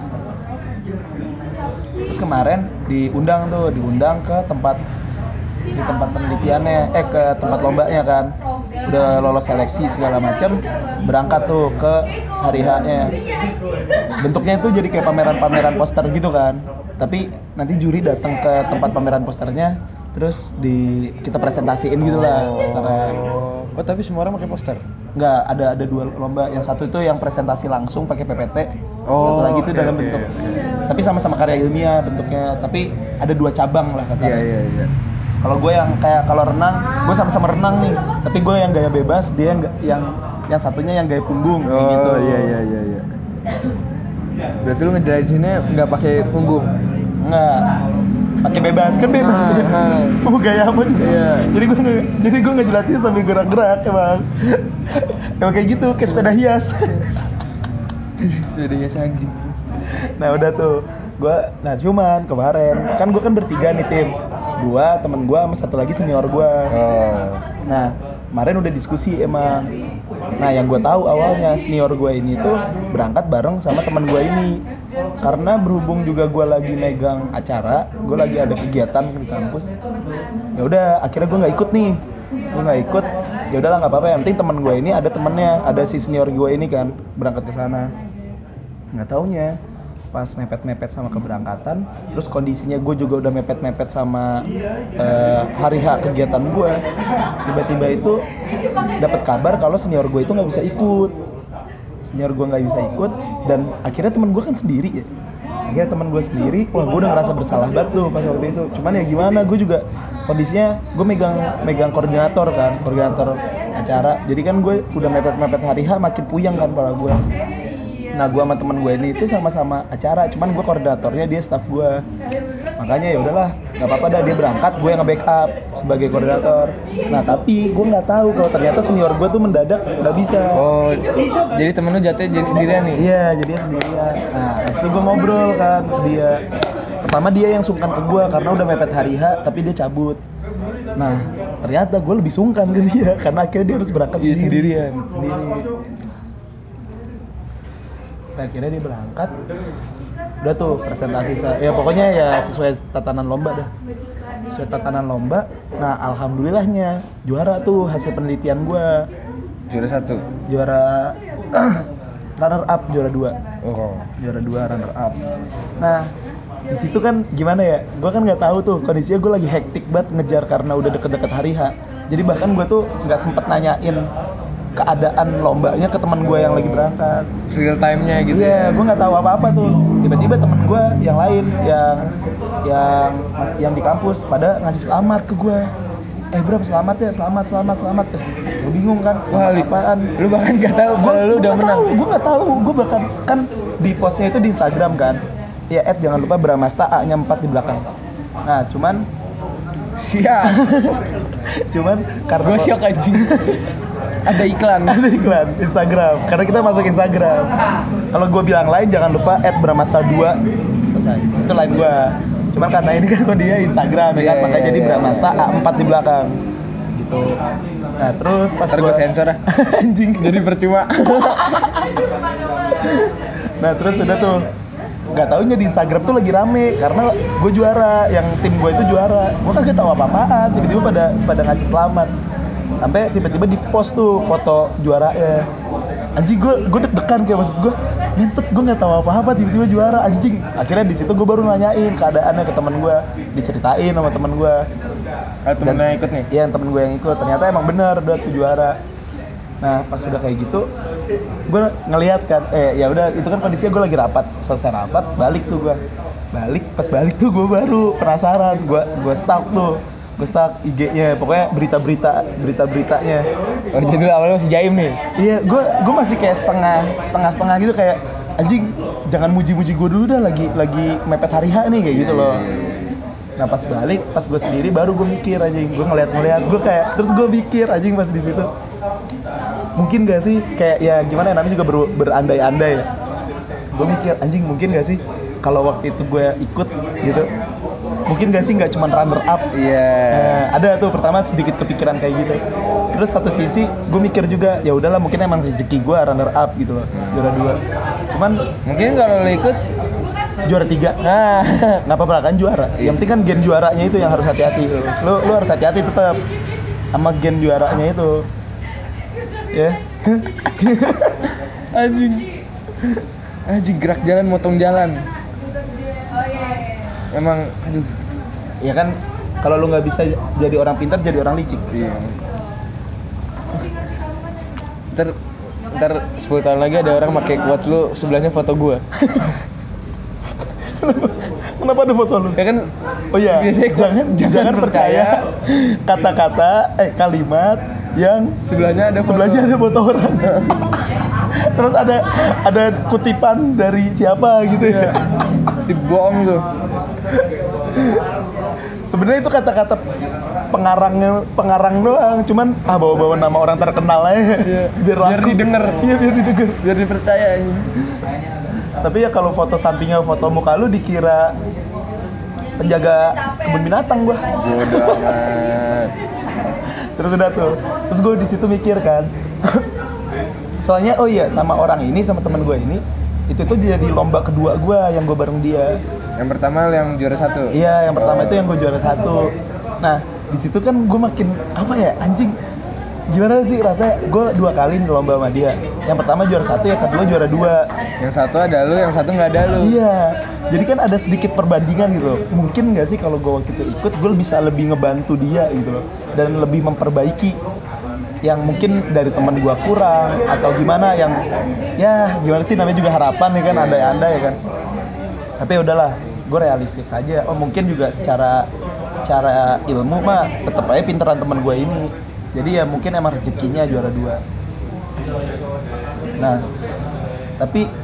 [SPEAKER 2] terus kemarin diundang tuh, diundang ke tempat di tempat penelitiannya, eh ke tempat lombanya kan, udah lolos seleksi segala macam, berangkat tuh ke hari H-nya. Bentuknya itu jadi kayak pameran-pameran poster gitu kan, tapi nanti juri datang ke tempat pameran posternya, terus di kita presentasiin gitu lah posternya.
[SPEAKER 1] Oh, tapi semua orang pakai poster.
[SPEAKER 2] Nggak, ada ada dua lomba, yang satu itu yang presentasi langsung pakai P P T,
[SPEAKER 1] Oh,
[SPEAKER 2] satu lagi itu
[SPEAKER 1] oke,
[SPEAKER 2] dalam
[SPEAKER 1] oke,
[SPEAKER 2] bentuk,
[SPEAKER 1] oke.
[SPEAKER 2] tapi sama-sama karya ilmiah bentuknya, tapi ada dua cabang lah kasarnya.
[SPEAKER 1] Iya iya iya.
[SPEAKER 2] Kalau gue yang kayak kalau renang, gue sama-sama renang nih, tapi gue yang gaya bebas, dia yang yang yang satunya yang gaya punggung kayak
[SPEAKER 1] Oh
[SPEAKER 2] gitu.
[SPEAKER 1] iya iya iya iya. Berarti lu ngejelasinnya nggak pakai punggung?
[SPEAKER 2] Enggak, pakai bebas kan bebas
[SPEAKER 1] Ah,
[SPEAKER 2] ya.
[SPEAKER 1] ah.
[SPEAKER 2] Mau gaya apa juga.
[SPEAKER 1] Iya.
[SPEAKER 2] Jadi gue jadi gue ngejelasin sambil gerak-gerak emang. Emang kayak gitu, kayak sepeda hias.
[SPEAKER 1] Sepedanya anjing.
[SPEAKER 2] Nah udah tuh, gue, nah cuman kemarin kan gue kan bertiga nih tim, gua, temen gue, sama satu lagi senior gue.
[SPEAKER 1] Oh.
[SPEAKER 2] Nah kemarin udah diskusi emang. Nah yang gue tahu awalnya senior gue ini tuh berangkat bareng sama temen gue ini, karena berhubung juga gue lagi megang acara, gue lagi ada kegiatan di kampus. Ya udah, akhirnya gue nggak ikut nih, gue nggak ikut. Ya udahlah nggak apa-apa, yang penting temen gue ini ada temennya, ada si senior gue ini kan berangkat ke sana. Nggak taunya pas mepet-mepet sama keberangkatan, terus kondisinya gue juga udah mepet-mepet sama eh, hari H kegiatan gue, tiba-tiba itu dapat kabar kalau senior gue itu nggak bisa ikut, senior gue nggak bisa ikut, dan akhirnya temen gue kan sendiri ya, akhirnya temen gue sendiri, wah gue udah ngerasa bersalah banget tuh pas waktu itu, cuman ya gimana, gue juga kondisinya gue megang megang koordinator kan, koordinator acara, jadi kan gue udah mepet-mepet hari H, makin puyeng kan kepala gue. Nah gue sama teman gue ini itu sama-sama acara, cuman gue koordinatornya, dia staff gue. Makanya ya udahlah, nggak apa-apa dah, dia berangkat, gue yang nge-backup sebagai koordinator. Nah tapi gue nggak tahu kalau ternyata senior gue tuh mendadak nggak bisa.
[SPEAKER 1] Oh, jadi temen lu jatuhnya jadi sendirian nih?
[SPEAKER 2] Iya, jadi dia sendirian. Nah habis gue ngobrol kan ke dia. Pertama dia yang sungkan ke gue karena udah mepet hari H, tapi dia cabut. Nah ternyata gue lebih sungkan ke dia karena akhirnya dia harus berangkat
[SPEAKER 1] Iya,
[SPEAKER 2] sendiri.
[SPEAKER 1] sendirian.
[SPEAKER 2] Sendiri. Nah, akhirnya dia berangkat. Udah tuh presentasi saya. Ya pokoknya ya sesuai tatanan lomba dah. Sesuai tatanan lomba. Nah, alhamdulillahnya juara tuh hasil penelitian gua.
[SPEAKER 1] Juara satu?
[SPEAKER 2] Juara runner up, juara dua.
[SPEAKER 1] Oh.
[SPEAKER 2] Juara dua, runner up. Nah, di situ kan gimana ya? Gua kan nggak tahu tuh kondisinya, gua lagi hektik banget ngejar karena udah deket-deket hari H. Jadi bahkan gua tuh nggak sempet nanyain keadaan lombanya ke teman gue yang lagi berangkat,
[SPEAKER 1] Real time-nya gitu.
[SPEAKER 2] iya,
[SPEAKER 1] ya?
[SPEAKER 2] gue nggak tahu apa-apa tuh. Tiba-tiba temen gue yang lain yang yang yang di kampus pada ngasih selamat ke gue. Eh bro, selamat ya, selamat, selamat, selamat. Gue bingung kan,
[SPEAKER 1] Wah,
[SPEAKER 2] selamat
[SPEAKER 1] li-
[SPEAKER 2] apaan?
[SPEAKER 1] Lu bahkan gak tahu
[SPEAKER 2] Gua-
[SPEAKER 1] kalau lu
[SPEAKER 2] gua
[SPEAKER 1] udah
[SPEAKER 2] nggak
[SPEAKER 1] menang.
[SPEAKER 2] tahu, gue nggak tahu, gue bahkan kan di postnya itu di Instagram kan. Ya, Ed jangan lupa Bramasta A-nya empat di belakang. Nah, cuman
[SPEAKER 1] Siap.
[SPEAKER 2] cuman karena
[SPEAKER 1] Gue shock anjing. Ada iklan.
[SPEAKER 2] ada iklan Instagram karena kita masuk Instagram. Kalau gue bilang lain jangan lupa at bramasta dua, selesai, itu lain gue. Cuman karena ini kan kode dia Instagram ya kan,
[SPEAKER 1] Yeah,
[SPEAKER 2] makanya
[SPEAKER 1] yeah,
[SPEAKER 2] jadi
[SPEAKER 1] yeah.
[SPEAKER 2] Bramasta A empat di belakang gitu. Nah terus pas
[SPEAKER 1] Ntar gue
[SPEAKER 2] gua-
[SPEAKER 1] sensor ah.
[SPEAKER 2] anjing.
[SPEAKER 1] Jadi percuma.
[SPEAKER 2] Nah terus udah tuh nggak taunya di Instagram tuh lagi rame karena gue juara, yang tim gue itu juara. Gue kagak tahu apa-apaan, tiba-tiba pada pada ngasih selamat. Sampai tiba-tiba di post tuh foto juaranya. Anjing, gue gue deg-degan, kayak maksud gue ngentet, gue nggak tahu apa-apa tiba-tiba juara anjing. Akhirnya di situ gue baru nanyain keadaannya ke teman gue, diceritain sama teman gue.
[SPEAKER 1] Ah, temen yang ikut nih?
[SPEAKER 2] Iya, temen gue yang ikut. Ternyata emang bener udah tuh juara. Nah pas udah kayak gitu, gue ngelihat kan, eh ya udah itu kan kondisinya gue lagi rapat, selesai rapat balik tuh gue, balik pas balik tuh gue baru penasaran, gue gue stalk tuh, gue stalk I G-nya, pokoknya berita-berita berita-beritanya.
[SPEAKER 1] Oh, jadi lu awalnya masih jaim nih?
[SPEAKER 2] Iya, gue gue masih kayak setengah setengah setengah gitu, kayak anjing jangan muji-muji gue dulu dah, lagi lagi mepet hari H nih kayak gitu loh. Nah pas balik, pas gue sendiri baru gue mikir anjing, gue ngeliat-ngeliat, gue kayak, terus gue mikir anjing pas di situ, mungkin gak sih kayak ya gimana ya, namanya juga ber, berandai-andai ya. Gue mikir anjing mungkin gak sih kalau waktu itu gue ikut gitu, mungkin gak sih nggak cuma runner up.
[SPEAKER 1] Iya.
[SPEAKER 2] Nah, ada tuh pertama sedikit kepikiran kayak gitu. Terus satu sisi gue mikir juga ya udahlah mungkin emang rezeki gue runner up gitu loh, juara dua. Cuman
[SPEAKER 1] Mungkin kalau lu ikut,
[SPEAKER 2] juara tiga
[SPEAKER 1] nah,
[SPEAKER 2] nggak apa-apa kan juara. Yang penting kan gen juaranya itu yang harus hati-hati. Lu lu harus hati-hati tetap sama gen juaranya itu. Ya.
[SPEAKER 1] anjing, anjing gerak jalan, motong jalan. Emang, aduh.
[SPEAKER 2] Ya kan kalau lu nggak bisa jadi orang pintar, jadi orang licik.
[SPEAKER 1] Iya. Ntar, ntar sepuluh tahun lagi ada orang pakai quotes lu, sebelahnya foto gua.
[SPEAKER 2] Kenapa ada foto lu?
[SPEAKER 1] Ya kan,
[SPEAKER 2] Oh iya,
[SPEAKER 1] biasanya quote,
[SPEAKER 2] jangan jangan percaya kata-kata eh kalimat yang
[SPEAKER 1] sebelahnya ada foto.
[SPEAKER 2] sebelahnya ada foto orang. Terus ada ada kutipan dari siapa gitu ya.
[SPEAKER 1] Tip bohong tuh.
[SPEAKER 2] Sebenarnya itu kata-kata pengarangnya pengarang doang, cuman ah bawa-bawa nama orang terkenal aja.
[SPEAKER 1] Iya.
[SPEAKER 2] Biar
[SPEAKER 1] Biar
[SPEAKER 2] laku.
[SPEAKER 1] didengar.
[SPEAKER 2] Iya, biar didengar.
[SPEAKER 1] Biar dipercaya anjing.
[SPEAKER 2] Tapi ya kalau foto sampingnya foto muka lu dikira penjaga kebun binatang gua.
[SPEAKER 1] Bodoh amat.
[SPEAKER 2] Terus udah tuh, terus gue di situ mikir kan, soalnya oh iya sama orang ini, sama temen gue ini, itu tuh jadi lomba kedua gue yang gue bareng dia.
[SPEAKER 1] Yang pertama yang juara satu.
[SPEAKER 2] Iya, yang pertama itu yang gue juara satu. Nah di situ kan gue makin apa ya anjing, gimana sih rasanya gue dua kali nih lomba sama dia. Yang pertama juara satu, yang kedua juara dua.
[SPEAKER 1] Yang satu ada lu, yang satu nggak ada lu.
[SPEAKER 2] Iya, jadi kan ada sedikit perbandingan gitu loh. Mungkin nggak sih kalau gue waktu itu ikut, gue bisa lebih ngebantu dia gitu loh, dan lebih memperbaiki yang mungkin dari teman gue kurang atau gimana, yang ya gimana sih, namanya juga harapan ya kan, andai-andai ya kan. Tapi ya udahlah, gue realistis aja. Oh mungkin juga secara secara ilmu mah tetap aja pinteran teman gue ini. Jadi ya mungkin emang rezekinya juara dua. Nah tapi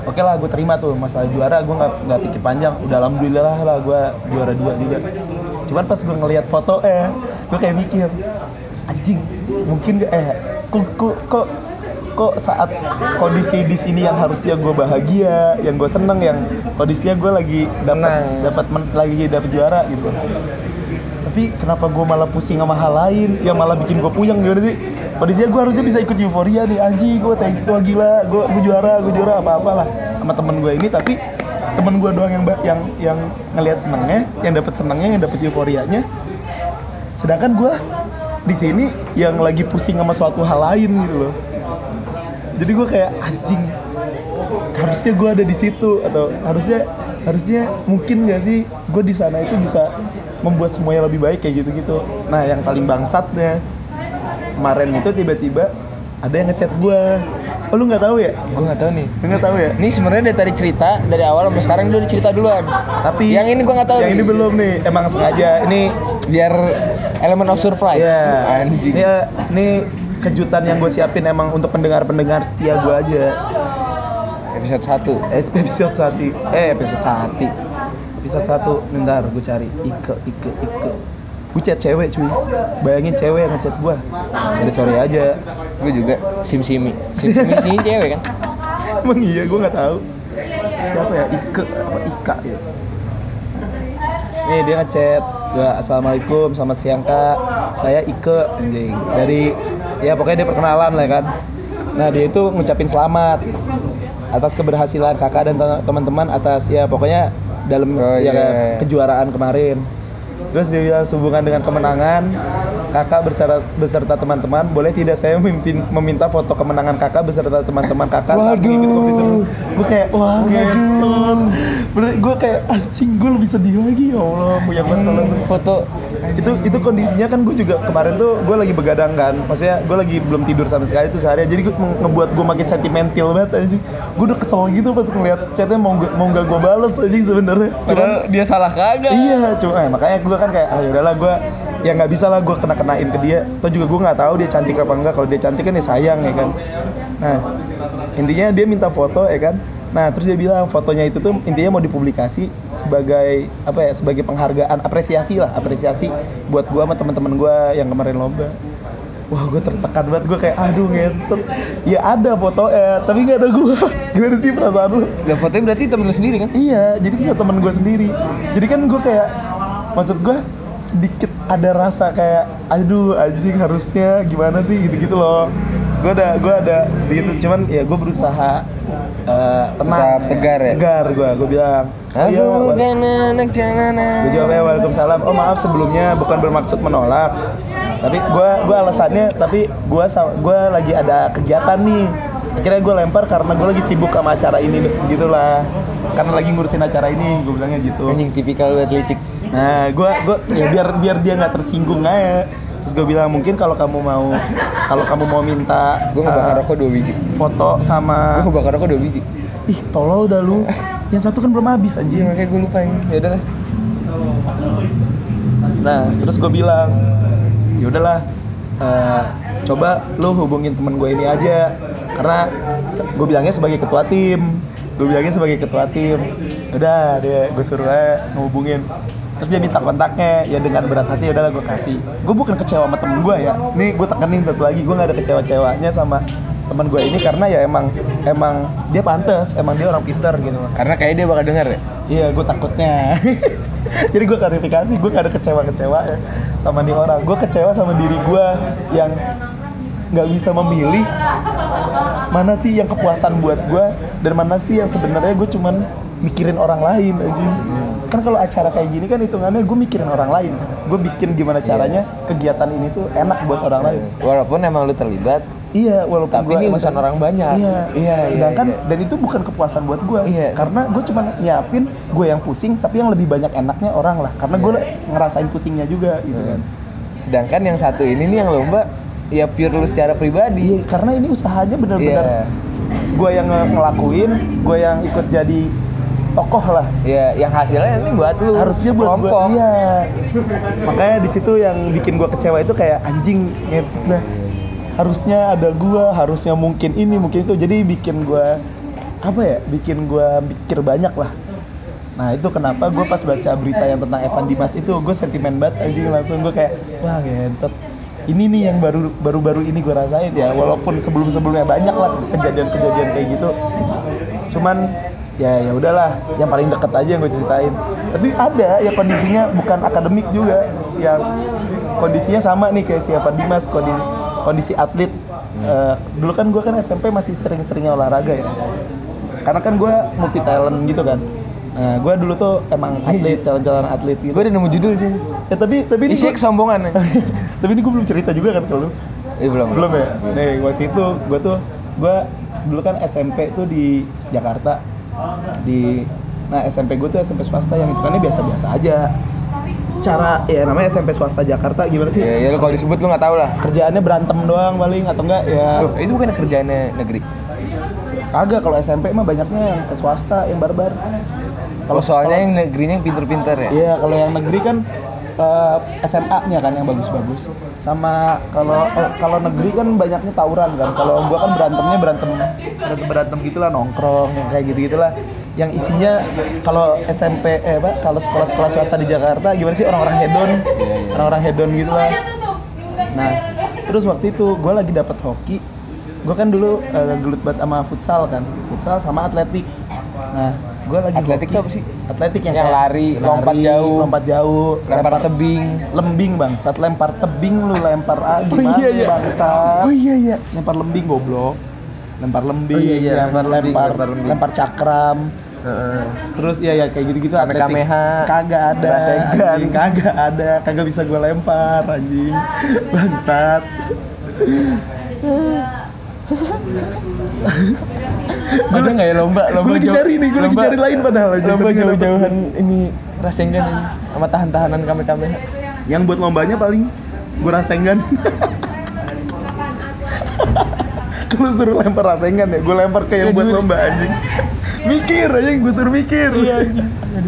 [SPEAKER 2] oke lah gue terima tuh masalah juara, gue nggak nggak pikir panjang, udah alhamdulillah lah gue juara dua juga. Cuman pas gue ngelihat foto eh gue kayak mikir anjing mungkin gak eh kok kok kok kok saat kondisi di sini yang harusnya gue bahagia, yang gue seneng, yang kondisinya gue lagi dapat dapat lagi dapat juara gitu. Tapi kenapa gue malah pusing sama hal lain yang malah bikin gue puyeng gimana sih? Kondisinya gue harusnya bisa ikut euforia nih, anjing gue thank you, gila, gue gue juara, gue juara apa-apalah sama temen gue ini, tapi temen gue doang yang yang yang ngelihat senengnya, yang dapat senengnya, yang dapat euforianya. Sedangkan gue di sini yang lagi pusing sama suatu hal lain gitu loh. Jadi gue kayak anjing, harusnya gue ada di situ, atau harusnya harusnya mungkin nggak sih gue di sana itu bisa membuat semuanya lebih baik kayak gitu-gitu. Nah yang paling bangsatnya kemarin itu tiba-tiba ada yang ngechat gue. Oh lu nggak tahu ya?
[SPEAKER 1] Gue nggak tahu nih.
[SPEAKER 2] Nggak tahu ya?
[SPEAKER 1] Ini sebenarnya dari tadi cerita dari awal sampai sekarang dia udah cerita duluan.
[SPEAKER 2] Tapi
[SPEAKER 1] yang ini gue nggak tahu.
[SPEAKER 2] Yang
[SPEAKER 1] nih.
[SPEAKER 2] ini belum nih. Emang sengaja ini
[SPEAKER 1] biar elemen of surprise.
[SPEAKER 2] Iya.
[SPEAKER 1] Anjing.
[SPEAKER 2] Ini, ini kejutan yang gue siapin emang untuk pendengar-pendengar setia gue aja.
[SPEAKER 1] Episode satu.
[SPEAKER 2] Episode satu. Eh episode satu. Episode satu. Bentar gue cari. Ike Ike Ike. Gue chat cewek cuy. Bayangin cewek yang ngechat gue. Sorry-sorry aja.
[SPEAKER 1] Gue juga sim-simi. Sim-simi sini cewek kan?
[SPEAKER 2] Emang iya gue nggak tahu. Siapa ya? Ike apa Ika ya? Nih dia ngechat. Gue assalamualaikum, selamat siang kak. Saya Ike anjing. Dari ya pokoknya dia perkenalan lah kan. Nah dia itu ngucapin selamat atas keberhasilan kakak dan teman-teman atas ya pokoknya dalam
[SPEAKER 1] oh,
[SPEAKER 2] ya
[SPEAKER 1] yeah.
[SPEAKER 2] kejuaraan kemarin. Terus dia bilang sehubungan dengan kemenangan kakak beserta, beserta teman-teman boleh tidak saya memimpin, meminta foto kemenangan kakak beserta teman-teman kakak saat mengikuti kompetisi. Gue kayak wah ngentot. Bener gue kayak anjing gue lebih sedih lagi ya Allah punya masalah
[SPEAKER 1] foto.
[SPEAKER 2] Itu itu kondisinya kan gue juga kemarin tuh gue lagi begadang kan, maksudnya gue lagi belum tidur sama sekali tuh seharian, jadi gue ngebuat gue makin sentimental banget anjing. Gue udah kesel gitu pas ngeliat chatnya mau mau nggak gue bales anjing sebenarnya.
[SPEAKER 1] Cuman dia salah kagak.
[SPEAKER 2] Iya, cuma eh, makanya gue kan kayak ah yaudahlah gue ya nggak bisa lah gue kena kenain ke dia. Toh juga gue nggak tahu dia cantik apa enggak. Kalau dia cantik kan ya sayang ya kan. Nah intinya dia minta foto ya kan. Nah terus dia bilang fotonya itu tuh intinya mau dipublikasi sebagai apa ya, sebagai penghargaan, apresiasi lah, apresiasi buat gue sama teman-teman gue yang kemarin lomba. Wah gue tertekan banget, gue kayak aduh ngentot. Ya ada foto eh tapi nggak ada gue. Gimana sih perasaan lu?
[SPEAKER 1] Nah fotonya berarti temen lu sendiri kan?
[SPEAKER 2] Iya, jadi sisa temen gue sendiri. Jadi kan gue kayak, maksud gue sedikit ada rasa kayak aduh anjing harusnya gimana sih gitu-gitu loh. Gue ada gue ada sedikit, cuman ya gue berusaha uh, tenang,
[SPEAKER 1] tegar ya.
[SPEAKER 2] Tegar gue, gue bilang.
[SPEAKER 1] Aku bukan anak jalanan.
[SPEAKER 2] Gue jawab ya waalaikumsalam. Oh maaf sebelumnya bukan bermaksud menolak. Tapi gue gue alasannya, tapi gue gue lagi ada kegiatan nih. Akhirnya gue lempar karena gue lagi sibuk sama acara ini gitulah. Karena lagi ngurusin acara ini, gue bilangnya gitu.
[SPEAKER 1] Anjing tipikal buat licik.
[SPEAKER 2] Nah, gue gue ya biar biar dia nggak tersinggung aja. Terus gue bilang mungkin kalau kamu mau kalau kamu mau minta
[SPEAKER 1] gue ngebakar uh, rokok dua biji.
[SPEAKER 2] Foto sama
[SPEAKER 1] gue ngebakar rokok dua biji.
[SPEAKER 2] Ih, tolol dah lu. Yang satu kan belum habis anjing.
[SPEAKER 1] Iya, makanya gue lupa ini. Ya udahlah.
[SPEAKER 2] Nah, terus gue bilang, ya udahlah. Uh, coba lu hubungin temen gue ini aja. Karena gue bilangnya sebagai ketua tim. Gue bilangnya sebagai ketua tim. Udah, dia gue suruh aja ngehubungin. Terus dia minta kontaknya, ya dengan berat hati udahlah gue kasih. Gue bukan kecewa sama temen gue ya. Nih gue tekenin satu lagi, gue nggak ada kecewa-cewanya sama temen gue ini karena ya emang emang dia pantas, emang dia orang pintar gitu.
[SPEAKER 1] Karena kayak dia bakal denger ya.
[SPEAKER 2] Iya, gue takutnya. Jadi gue klarifikasi, gue nggak ada kecewa-kecewa ya sama nih orang. Gue kecewa sama diri gue yang nggak bisa memilih mana sih yang kepuasan buat gue dan mana sih yang sebenarnya gue cuman mikirin orang lain aja. Hmm. Kan kalau acara kayak gini kan hitungannya gue mikirin orang lain. Gue bikin gimana caranya yeah. kegiatan ini tuh enak buat orang yeah. lain.
[SPEAKER 1] Walaupun emang lu terlibat.
[SPEAKER 2] Iya, walaupun
[SPEAKER 1] tapi ini urusan orang banyak.
[SPEAKER 2] Iya. Iya. Sedangkan
[SPEAKER 1] iya, iya.
[SPEAKER 2] dan itu bukan kepuasan buat gue.
[SPEAKER 1] Iya.
[SPEAKER 2] Karena gue cuma nyiapin gue yang pusing, tapi yang lebih banyak enaknya orang lah. Karena gue yeah. ngerasain pusingnya juga gitu hmm. kan.
[SPEAKER 1] Sedangkan yang satu ini nih yang lomba ya pure lu secara pribadi.
[SPEAKER 2] Iya, karena ini usahanya benar-benar
[SPEAKER 1] yeah.
[SPEAKER 2] gue yang ngelakuin, gue yang ikut jadi tokoh lah.
[SPEAKER 1] Iya, yang hasilnya nanti buat lu.
[SPEAKER 2] Harusnya buat gue. Iya. Makanya di situ yang bikin gue kecewa itu kayak anjing ngetit dah. Harusnya ada gue, harusnya mungkin ini, mungkin itu. Jadi bikin gue apa ya, bikin gue mikir banyak lah. Nah itu kenapa gue pas baca berita yang tentang Evan Dimas itu gue sentimen banget anjing, langsung gue kayak wah gentot. Ini nih yang baru baru-baru ini gue rasain ya, walaupun sebelum-sebelumnya banyak lah kejadian-kejadian kayak gitu. Cuman ya ya udahlah, yang paling deket aja yang gue ceritain. Tapi ada ya kondisinya bukan akademik juga, yang kondisinya sama nih kayak si Evan Dimas, kondisi kondisi atlet. Uh, dulu kan gue kan S M P masih sering-seringnya olahraga ya, karena kan gue multi talent gitu kan. Nah, gue dulu tuh emang atlet, jalan-jalan atlet gitu.
[SPEAKER 1] Gue udah nemu judul sih.
[SPEAKER 2] Ya tapi tapi ini
[SPEAKER 1] isinya kesombongan.
[SPEAKER 2] Tapi ini gue belum cerita juga kan kalau lu.
[SPEAKER 1] Eh belum.
[SPEAKER 2] Belum ya. Nih waktu itu gue tuh gue dulu kan S M P tuh di Jakarta. Di nah S M P gue tuh S M P swasta yang hitungannya biasa-biasa aja. Cara ya namanya S M P swasta Jakarta gimana sih?
[SPEAKER 1] Ya, ya lu kalau disebut lu nggak tahu lah.
[SPEAKER 2] Kerjaannya berantem doang paling atau enggak ya.
[SPEAKER 1] Loh, itu bukan kerjaannya negeri.
[SPEAKER 2] Kagak, kalau S M P mah banyaknya yang swasta yang barbar.
[SPEAKER 1] Kalau oh, soalnya kalo, yang negerinya yang pinter-pinter ya? Iya,
[SPEAKER 2] kalau yang negeri kan uh, S M A-nya kan yang bagus-bagus. Sama kalau uh, kalau negeri kan banyaknya tawuran kan. Kalau gua kan berantemnya berantem berantem berantem gitulah, nongkrong yang kayak gitu-gitulah. Yang isinya kalau S M P eh apa? Kalau sekolah-sekolah swasta di Jakarta gimana sih, orang-orang hedon, orang-orang hedon gitulah. Nah, terus waktu itu gua lagi dapat hoki. Gua kan dulu uh, gelut banget sama futsal kan. Futsal sama atletik. Nah, gue lagi
[SPEAKER 1] atletik itu apa sih?
[SPEAKER 2] Atletik yang,
[SPEAKER 1] yang lari, lari, lompat jauh,
[SPEAKER 2] lompat jauh,
[SPEAKER 1] lempar, lempar tebing,
[SPEAKER 2] lembing bangsat, lempar tebing lu lempar ah gimana oh, iya, iya. bangsat?
[SPEAKER 1] Oh iya iya,
[SPEAKER 2] lempar lembing goblok, lempar lembing,
[SPEAKER 1] oh, iya, iya.
[SPEAKER 2] lempar lempar, lempar, lempar, lempar cakram,
[SPEAKER 1] uh,
[SPEAKER 2] terus ya ya kayak gitu-gitu atletik.
[SPEAKER 1] Kamehameha,
[SPEAKER 2] kagak ada, anjing, kagak ada, kagak bisa gue lempar anjing, bangsat.
[SPEAKER 1] Ada nggak ya lomba lomba
[SPEAKER 2] gue lagi
[SPEAKER 1] jauh,
[SPEAKER 2] cari nih gue lagi cari lain padahal aja
[SPEAKER 1] lomba jauh-jauhan ini Rasengan ini sama tahan-tahanan kame-kame
[SPEAKER 2] yang buat lombanya paling gue Rasengan. Kalau suruh lempar Rasengan ya gue lempar kayak yang buat lomba anjing, mikir aja gue suruh mikir. Iya anjing.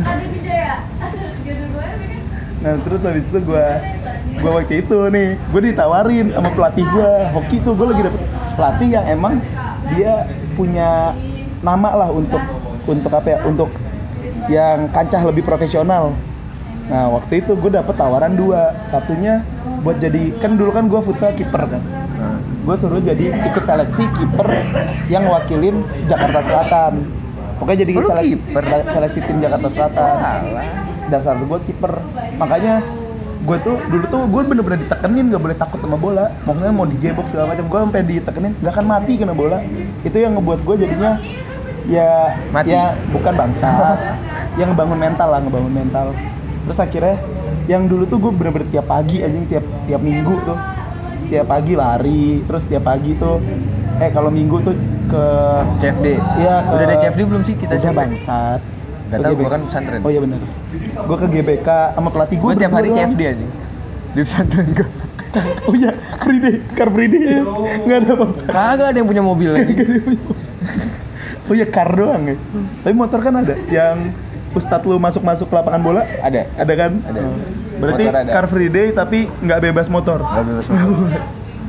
[SPEAKER 2] Nah terus habis itu gue gue waktu itu nih gue ditawarin sama pelatih gue hoki tuh, gue lagi dapet pelatih yang emang dia punya nama lah untuk untuk apa ya, untuk yang kancah lebih profesional. Nah waktu itu gue dapet tawaran dua, satunya buat jadi, kan dulu kan gue futsal kiper kan, hmm. gue suruh jadi ikut seleksi kiper yang wakilin Jakarta Selatan. Pokoknya jadi oh, seleksi seleksi tim Jakarta Selatan. Alah. Dasar gue kiper, makanya gue tuh dulu tuh gue bener-bener ditekenin nggak boleh takut sama bola, maksudnya mau digebok segala macam, gue sampai ditekenin nggak akan mati kena bola. Itu yang ngebuat gue jadinya ya mati. Ya bukan bangsa, yang ngebangun mental lah, ngebangun mental. Terus akhirnya yang dulu tuh gue bener-bener tiap pagi aja, tiap tiap minggu tuh tiap pagi lari, terus tiap pagi tuh eh kalau minggu tuh ke
[SPEAKER 1] C F D.
[SPEAKER 2] Ya, ke,
[SPEAKER 1] udah ada C F D belum sih kita
[SPEAKER 2] udah bangsat.
[SPEAKER 1] Gak tau, gue kan pesantren.
[SPEAKER 2] Oh iya benar. Gue ke G B K sama pelatih gue.
[SPEAKER 1] Gue tiap hari C F D aja di pesantren gue.
[SPEAKER 2] Oh iya, free day, car free day ya. Gak ada apa-apa.
[SPEAKER 1] Kagak ada yang punya mobil lagi.
[SPEAKER 2] Oh iya, car doang ya. Tapi motor kan ada. Yang ustadz lu masuk-masuk ke lapangan bola?
[SPEAKER 1] Ada.
[SPEAKER 2] Ada kan?
[SPEAKER 1] Ada.
[SPEAKER 2] Oh. Berarti ada. Car free day tapi nggak bebas motor.
[SPEAKER 1] Nggak bebas motor.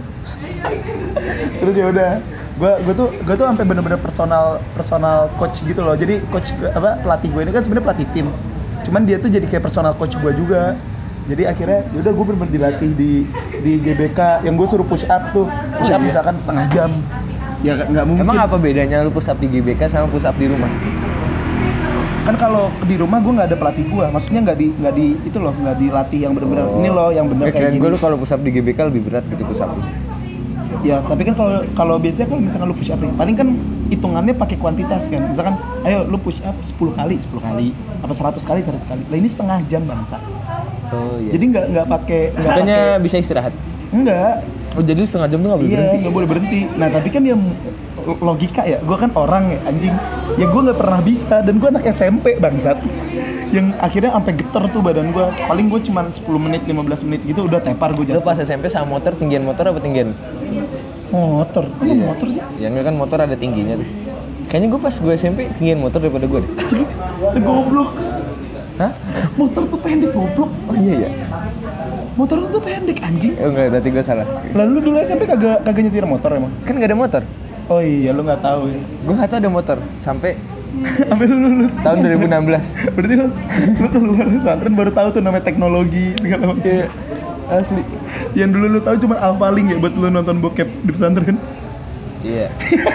[SPEAKER 2] Terus ya udah. gue gue tuh gue tuh sampai bener-bener personal personal coach gitu loh. Jadi coach apa pelatih gue ini kan sebenarnya pelatih tim, cuman dia tuh jadi kayak personal coach gue juga. Jadi akhirnya yaudah gue bener-bener dilatih di di G B K yang gue suruh push up tuh push up misalkan setengah jam. Ya nggak mungkin.
[SPEAKER 1] Emang apa bedanya lu push up di G B K sama push up di rumah?
[SPEAKER 2] Kan kalau di rumah gue nggak ada pelatih gue, maksudnya nggak di nggak di itu loh, nggak dilatih yang bener-bener oh. Ini loh yang bener ya, kayak gini.
[SPEAKER 1] Gue lu kalau push up di G B K lebih berat gitu push up.
[SPEAKER 2] Ya, tapi kan kalau kalau biasanya kalau misalkan lu push up nih, paling kan hitungannya pakai kuantitas kan. Misalkan, ayo lu push up sepuluh kali, sepuluh kali, apa seratus kali, seratus kali. Lah ini setengah jam bangsa.
[SPEAKER 1] Oh iya.
[SPEAKER 2] Jadi nggak nggak pakai nggak
[SPEAKER 1] Bukannya pake... bisa istirahat?
[SPEAKER 2] Enggak.
[SPEAKER 1] Oh jadi setengah jam tuh nggak boleh
[SPEAKER 2] iya,
[SPEAKER 1] berhenti?
[SPEAKER 2] Iya, nggak boleh berhenti. Nah tapi kan dia logika ya, gue kan orang ya anjing. Ya gue nggak pernah bisa, dan gue anak S M P bangsat. Yang akhirnya sampai geter tuh badan gue. Paling gue cuma sepuluh menit, lima belas menit gitu udah tepar gue jatuh.
[SPEAKER 1] Lu pas S M P sama motor, tinggian motor apa tinggian?
[SPEAKER 2] Motor, kok iya. Motor sih?
[SPEAKER 1] Ya enggak kan motor ada tingginya tuh. Kayaknya gue pas gue S M P tinggian motor daripada gue deh.
[SPEAKER 2] Goblok.
[SPEAKER 1] Hah?
[SPEAKER 2] Motor tuh pendek goblok.
[SPEAKER 1] Oh iya ya.
[SPEAKER 2] Motor tuh pendek anjing.
[SPEAKER 1] Oh enggak, berarti gue salah.
[SPEAKER 2] Lalu dulu S M P kagak kagak nyetir motor emang?
[SPEAKER 1] Kan enggak ada motor.
[SPEAKER 2] Oh iya, lu nggak tahu ya.
[SPEAKER 1] Gue nggak tahu ada motor sampai
[SPEAKER 2] Sampai lu lulus
[SPEAKER 1] tahun dua ribu enam belas.
[SPEAKER 2] Berarti lu lu tuh lulus pesantren baru tahu tuh namanya teknologi segala macam.
[SPEAKER 1] Iya, asli.
[SPEAKER 2] Yang dulu lu tahu cuma Alphalink ya buat lu nonton bokep di pesantren.
[SPEAKER 1] Iya.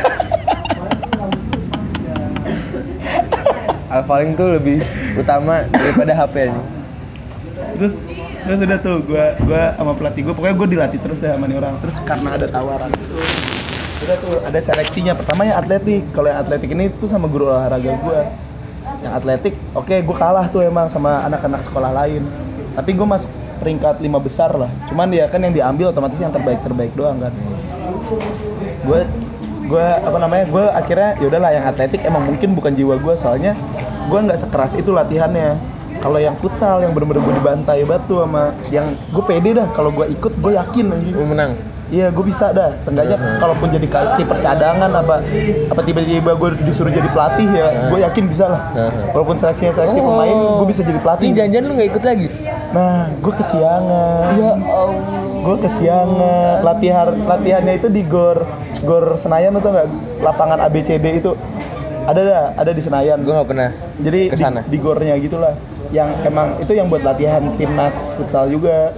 [SPEAKER 1] Alphalink tuh lebih utama daripada H P nya.
[SPEAKER 2] Terus terus udah tuh gua gua sama pelatih gua pokoknya gua dilatih terus deh sama nih orang. Terus karena ada tawaran itu udah tuh ada seleksinya. Pertama yang atletik. Kalau yang atletik ini tuh sama guru olahraga gua. Yang atletik, oke okay, gua kalah tuh emang sama anak-anak sekolah lain. Tapi gua masuk peringkat lima besar lah. Cuman dia kan yang diambil otomatis yang terbaik-terbaik doang kan. Gua gue apa namanya gue akhirnya ya udahlah yang atletik emang mungkin bukan jiwa gue, soalnya gue nggak sekeras itu latihannya. Kalau yang futsal yang bener-bener gue dibantai batu sama yang gue pede dah, kalau gue ikut gue yakin anjing
[SPEAKER 1] Gue menang.
[SPEAKER 2] Iya gue bisa dah, seenggaknya
[SPEAKER 1] uh-huh.
[SPEAKER 2] kalaupun jadi kiper cadangan apa apa tiba-tiba gue disuruh jadi pelatih ya uh-huh. gue yakin bisa lah. uh-huh. Walaupun seleksinya seleksi oh. pemain gue bisa jadi pelatih.
[SPEAKER 1] Ini jangan-jangan lu nggak ikut lagi?
[SPEAKER 2] Nah gue kesiangan.
[SPEAKER 1] Ya Allah.
[SPEAKER 2] Gue kesiangan. Latihan latihannya itu di gor gor Senayan atau nggak, lapangan A B C D itu ada dah, ada di Senayan.
[SPEAKER 1] Gue nggak pernah.
[SPEAKER 2] Jadi
[SPEAKER 1] kesana.
[SPEAKER 2] Di, di gornya gitulah, yang emang itu yang buat latihan timnas futsal juga.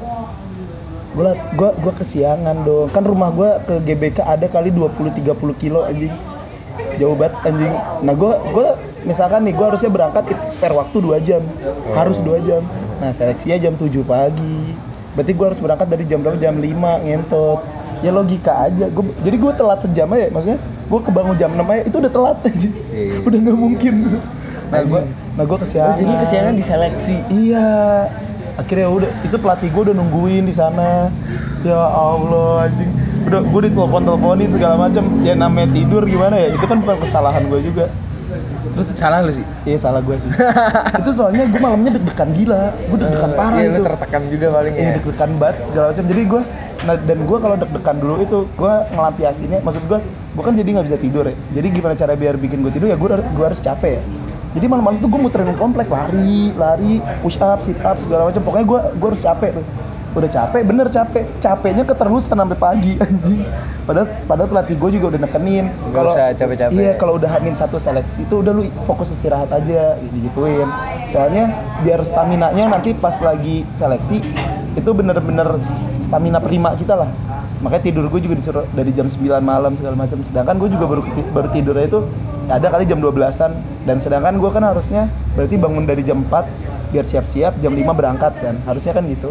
[SPEAKER 2] Gue gue gue kesiangan dong. Kan rumah gue ke G B K ada kali dua puluh sampai tiga puluh kilo anjing. Jauh banget anjing. Nah gue gue misalkan nih gue harusnya berangkat spare waktu dua jam. Oh. Harus dua jam. Nah seleksinya jam tujuh pagi. Berarti gue harus berangkat dari jam berapa? Jam lima ngentot. Ya logika aja. Gua, jadi gue telat sejam aja. Maksudnya gue kebangun jam enam aja itu udah telat anjing. E. Udah nggak mungkin. Nah gue nah gue kesiangan.
[SPEAKER 1] Oh, jadi kesiangan diseleksi.
[SPEAKER 2] Iya. Akhirnya udah itu pelatih gue udah nungguin di sana. Ya Allah anjing. Udah gue ditelepon-teleponin segala macam. Ya namanya tidur gimana ya? Itu kan bukan kesalahan gue juga.
[SPEAKER 1] Terus salah lu sih?
[SPEAKER 2] Iya salah gue sih. Itu soalnya gue malamnya deg-degan gila. Gue deg-degan uh, parah
[SPEAKER 1] iya,
[SPEAKER 2] itu.
[SPEAKER 1] Iya lu tertekan juga paling ya.
[SPEAKER 2] Iya deg-degan banget segala macam. Jadi gue nah, dan gue kalau deg-degan dulu itu gue ngelampiasinnya. Maksud gue gue kan jadi nggak bisa tidur ya. Jadi gimana cara biar bikin gue tidur ya gue gue harus capek ya. Jadi malam-malam tuh gue muterin komplek, lari, lari, push up, sit up segala macam. Pokoknya gue gue harus capek tuh. Udah capek, bener capek. Capeknya keterusan sampai pagi anjing. Padahal padahal pelatih gue juga udah nekenin.
[SPEAKER 1] Kalau usah capek-capek.
[SPEAKER 2] Iya, kalau udah hamin satu seleksi itu udah lu fokus istirahat aja, digituin. Soalnya biar staminanya nanti pas lagi seleksi itu bener-bener stamina prima kita lah. Makanya tidur gue juga disuruh dari jam sembilan malam segala macam. Sedangkan gue juga baru baru tidurnya itu ada kali jam dua belasan, dan sedangkan gue kan harusnya berarti bangun dari jam empat biar siap-siap jam lima berangkat kan. Harusnya kan gitu.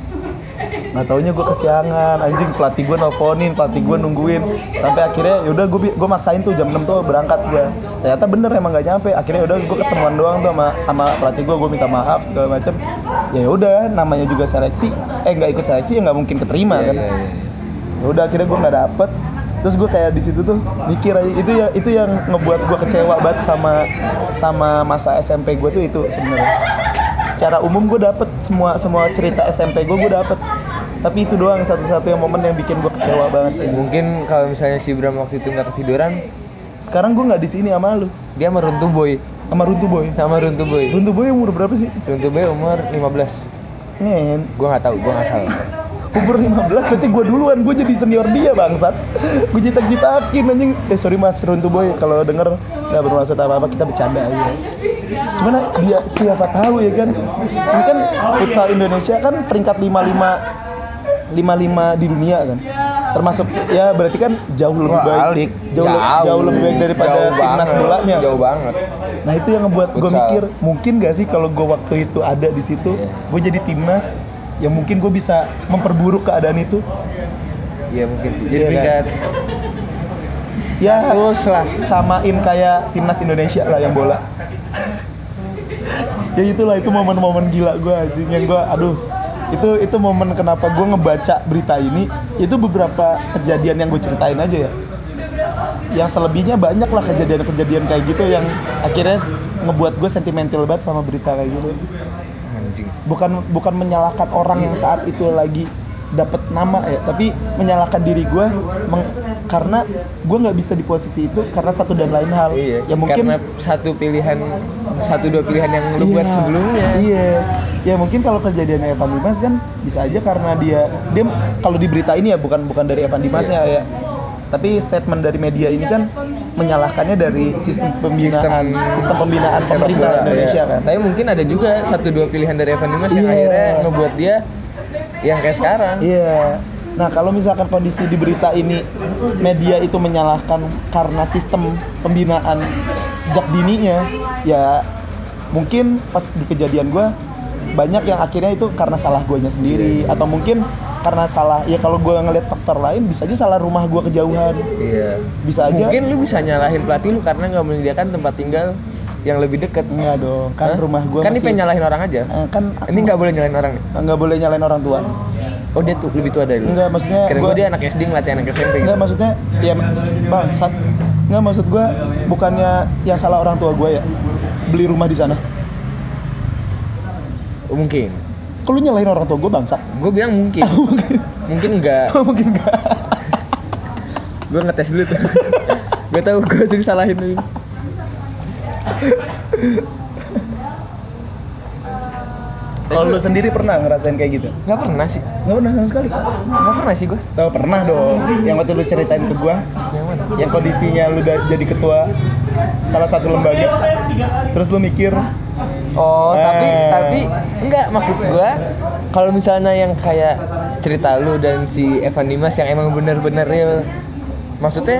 [SPEAKER 2] Nah taunya gue kesiangan, anjing pelatih gue nelfonin, pelatih gue nungguin sampai akhirnya yaudah gue gue maksain tuh jam enam tuh berangkat gue. Ternyata bener emang gak nyampe. Akhirnya udah gue ketemuan doang tuh sama sama pelatih gue, gue minta maaf segala macam. Ya udah namanya juga seleksi, eh nggak ikut seleksi ya nggak mungkin keterima yeah, kan. Yeah, yeah. Ya udah akhirnya gue nggak dapet. Terus gue kayak di situ tuh mikir aja, itu ya itu yang ngebuat gue kecewa banget sama sama masa S M P gue tuh itu sebenarnya. Secara umum gue dapet semua semua cerita S M P gue gue dapet, tapi itu doang satu-satunya momen yang bikin gue kecewa banget.
[SPEAKER 1] Mungkin kalau misalnya si Bram waktu itu nggak ketiduran,
[SPEAKER 2] sekarang gue nggak di sini sama lu.
[SPEAKER 1] Dia sama Runtuh Boy.
[SPEAKER 2] Sama Runtuh Boy.
[SPEAKER 1] Sama Runtuh Boy.
[SPEAKER 2] Runtuh Boy umur berapa sih?
[SPEAKER 1] Runtuh Boy umur lima belas.
[SPEAKER 2] Nen.
[SPEAKER 1] Gue nggak tahu, gue nggak salah.
[SPEAKER 2] Umur lima belas berarti gue duluan, gue jadi senior dia bangsat. Gue jitak-jitakin anjing. Eh sorry Mas Runtuh Boy kalau denger nggak bermaksud apa-apa, kita bercanda aja. Cuman dia siapa tahu ya kan. Ini kan futsal Indonesia kan peringkat lima puluh lima di dunia kan. Termasuk ya berarti kan jauh lebih
[SPEAKER 1] Wah,
[SPEAKER 2] baik.
[SPEAKER 1] alik.
[SPEAKER 2] Jauh,
[SPEAKER 1] jauh
[SPEAKER 2] jauh lebih baik daripada timnas bolanya.
[SPEAKER 1] Jauh banget.
[SPEAKER 2] Nah itu yang ngebuat gue mikir, mungkin gak sih kalau gue waktu itu ada di situ, yeah. gue jadi timnas, ya mungkin gue bisa memperburuk keadaan itu.
[SPEAKER 1] Iya mungkin sih. Jadi
[SPEAKER 2] ya,
[SPEAKER 1] kan?
[SPEAKER 2] Ya
[SPEAKER 1] terus lah
[SPEAKER 2] samain kayak timnas Indonesia lah yang bola. Ya itulah, itu momen-momen gila gue anjing yang gue aduh. Itu itu momen kenapa gue ngebaca berita ini, itu beberapa kejadian yang gue ceritain aja ya. Yang selebihnya banyak lah kejadian-kejadian kayak gitu yang akhirnya ngebuat gue sentimental banget sama berita kayak gitu.
[SPEAKER 1] Anjing.
[SPEAKER 2] Bukan bukan menyalahkan orang yang saat itu lagi dapat nama ya, tapi menyalahkan diri gue meng- karena gue nggak bisa di posisi itu karena satu dan lain hal.
[SPEAKER 1] Iya,
[SPEAKER 2] ya mungkin
[SPEAKER 1] karena satu pilihan satu dua pilihan yang lu
[SPEAKER 2] iya,
[SPEAKER 1] buat sebelumnya.
[SPEAKER 2] Iya. Ya mungkin kalau kejadian Evan Dimas kan bisa aja karena dia dia kalau di berita ini ya bukan bukan dari Evan Dimasnya iya. ya. Tapi statement dari media ini kan menyalahkannya dari sistem pembinaan sistem, sistem pembinaan pemerintah
[SPEAKER 1] bola,
[SPEAKER 2] Indonesia
[SPEAKER 1] iya.
[SPEAKER 2] kan.
[SPEAKER 1] Tapi mungkin ada juga satu dua pilihan dari Evan Dimas yang
[SPEAKER 2] Iya.
[SPEAKER 1] akhirnya ngebuat dia yang kayak sekarang.
[SPEAKER 2] Iya. Nah, kalau misalkan kondisi di berita ini media itu menyalahkan karena sistem pembinaan sejak dininya, ya mungkin pas di kejadian gue banyak yang akhirnya itu karena salah guanya sendiri, atau mungkin karena salah ya kalau gue ngeliat faktor lain bisa aja salah rumah gue kejauhan.
[SPEAKER 1] Iya.
[SPEAKER 2] Bisa aja.
[SPEAKER 1] Mungkin lu bisa nyalahin pelatih lu karena nggak menyediakan tempat tinggal yang lebih dekat.
[SPEAKER 2] Enggak dong, kan
[SPEAKER 1] Hah?
[SPEAKER 2] rumah gue
[SPEAKER 1] kan
[SPEAKER 2] masih
[SPEAKER 1] ini pengen nyalahin orang aja.
[SPEAKER 2] eh, kan
[SPEAKER 1] Ini nggak boleh nyalahin orang nih.
[SPEAKER 2] nggak boleh nyalain orang tua.
[SPEAKER 1] Oh dia tuh lebih tua dari lu.
[SPEAKER 2] Enggak, maksudnya
[SPEAKER 1] Kira
[SPEAKER 2] gua-
[SPEAKER 1] gue dia anak S D ngelatih anak S M P gitu.
[SPEAKER 2] Enggak, maksudnya ya bangsat. Enggak, maksud gue bukannya yang salah orang tua gue ya beli rumah di sana.
[SPEAKER 1] Oh, mungkin.
[SPEAKER 2] Kok lu nyalahin orang tua gue bangsat?
[SPEAKER 1] Gue bilang mungkin. Mungkin enggak.
[SPEAKER 2] Mungkin enggak.
[SPEAKER 1] Gue ngetes dulu tuh. Gak tau gue sering salahin ini.
[SPEAKER 2] Kalau lu sendiri pernah ngerasain kayak gitu?
[SPEAKER 1] Gak pernah sih.
[SPEAKER 2] Nggak pernah sama sekali.
[SPEAKER 1] Gak pernah sih gue.
[SPEAKER 2] Tahu pernah dong. Yang waktu lu ceritain ke gua,
[SPEAKER 1] Yang mana?
[SPEAKER 2] yang kondisinya lu udah jadi ketua salah satu lembaga, terus lu mikir,
[SPEAKER 1] Oh, tapi
[SPEAKER 2] Eh.
[SPEAKER 1] tapi enggak, maksud gua kalau misalnya yang kayak cerita lu dan si Evan Dimas yang emang bener-bener real, maksudnya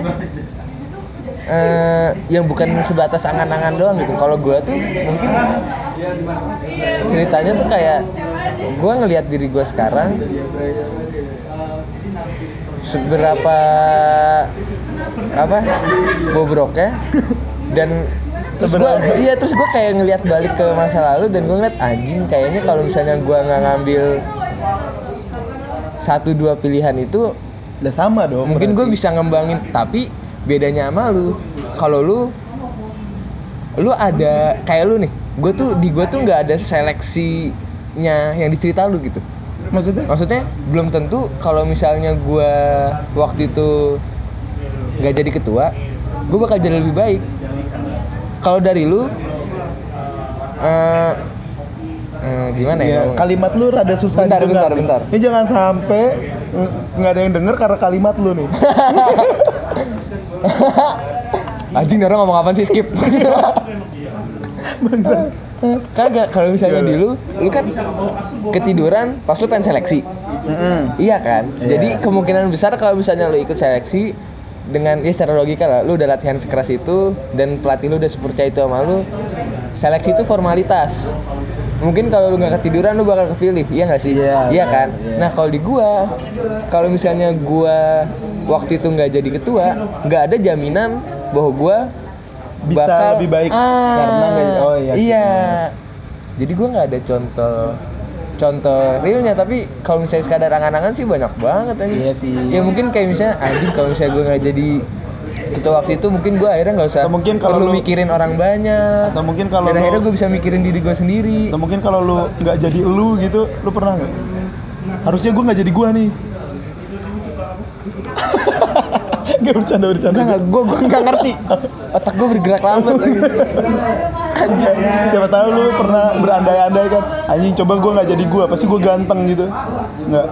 [SPEAKER 1] eh, yang bukan sebatas angan-angan doang gitu. Kalau gua tuh mungkin ceritanya tuh kayak gua ngelihat diri gua sekarang seberapa apa bobroknya dan terus gue
[SPEAKER 2] Seberapa?
[SPEAKER 1] iya terus gue kayak ngelihat balik ke masa lalu dan gue ngeliat anjing kayaknya kalau misalnya gue nggak ngambil satu dua pilihan itu
[SPEAKER 2] udah sama dong.
[SPEAKER 1] mungkin gue
[SPEAKER 2] berarti.
[SPEAKER 1] bisa ngembangin. Tapi bedanya sama lu, kalau lu lu ada kayak lu nih, gue tuh di gue tuh nggak ada seleksinya yang dicerita lu gitu.
[SPEAKER 2] Maksudnya?
[SPEAKER 1] Maksudnya belum tentu kalau misalnya gue waktu itu nggak jadi ketua, gue bakal jadi lebih baik. Kalau dari lu, uh, uh, gimana ya?
[SPEAKER 2] Ya,
[SPEAKER 1] ngomong?
[SPEAKER 2] kalimat lu rada susah
[SPEAKER 1] Bentar,
[SPEAKER 2] didengar.
[SPEAKER 1] bentar, bentar.
[SPEAKER 2] Ini jangan sampai mm, nggak ada yang denger karena kalimat lu nih.
[SPEAKER 1] Anjing, orang ngomong apa sih, skip.
[SPEAKER 2] Bangsat.
[SPEAKER 1] Kagak, kalau misalnya di lu, lu kan ketiduran pas lu pengen seleksi.
[SPEAKER 2] Mm-mm.
[SPEAKER 1] Iya kan?
[SPEAKER 2] Iya.
[SPEAKER 1] Jadi kemungkinan besar kalau misalnya lu ikut seleksi dengan ya secara logika lah, lu udah latihan sekeras itu dan pelatih lu udah sepercaya itu sama lu, seleksi itu formalitas. Mungkin kalau lu nggak ketiduran lu bakal kepilih, iya nggak sih?
[SPEAKER 2] Iya,
[SPEAKER 1] Iya kan?
[SPEAKER 2] iya.
[SPEAKER 1] Nah kalau di gua, kalau misalnya gua waktu itu nggak jadi ketua, nggak ada jaminan bahwa gua
[SPEAKER 2] Bisa
[SPEAKER 1] bakal,
[SPEAKER 2] lebih baik
[SPEAKER 1] ah,
[SPEAKER 2] karena nggak- oh iya sih,
[SPEAKER 1] iya.
[SPEAKER 2] benar.
[SPEAKER 1] Jadi gua nggak ada contoh contoh realnya, tapi kalau misalnya sekadar angan-angan sih banyak banget anjing.
[SPEAKER 2] Iya sih.
[SPEAKER 1] Ya mungkin kayak misalnya anjing kalau misalnya gue nggak jadi ketua waktu itu, mungkin gue akhirnya nggak usah
[SPEAKER 2] Atau mungkin kalau
[SPEAKER 1] perlu
[SPEAKER 2] lu-
[SPEAKER 1] mikirin orang banyak.
[SPEAKER 2] Atau mungkin kalau
[SPEAKER 1] dan
[SPEAKER 2] lu-
[SPEAKER 1] akhirnya gue bisa mikirin diri gue sendiri.
[SPEAKER 2] Atau mungkin kalau lu nggak jadi lu gitu, lu pernah nggak? Harusnya gua nggak jadi gua nih. Nggak bercanda bercanda.
[SPEAKER 1] Enggak, gue gue nggak ngerti. Otak gue bergerak lambat lagi.
[SPEAKER 2] Anjing, siapa tahu lu pernah berandai-andai kan, anjing coba gua nggak jadi gua, pasti gua ganteng gitu. Nggak.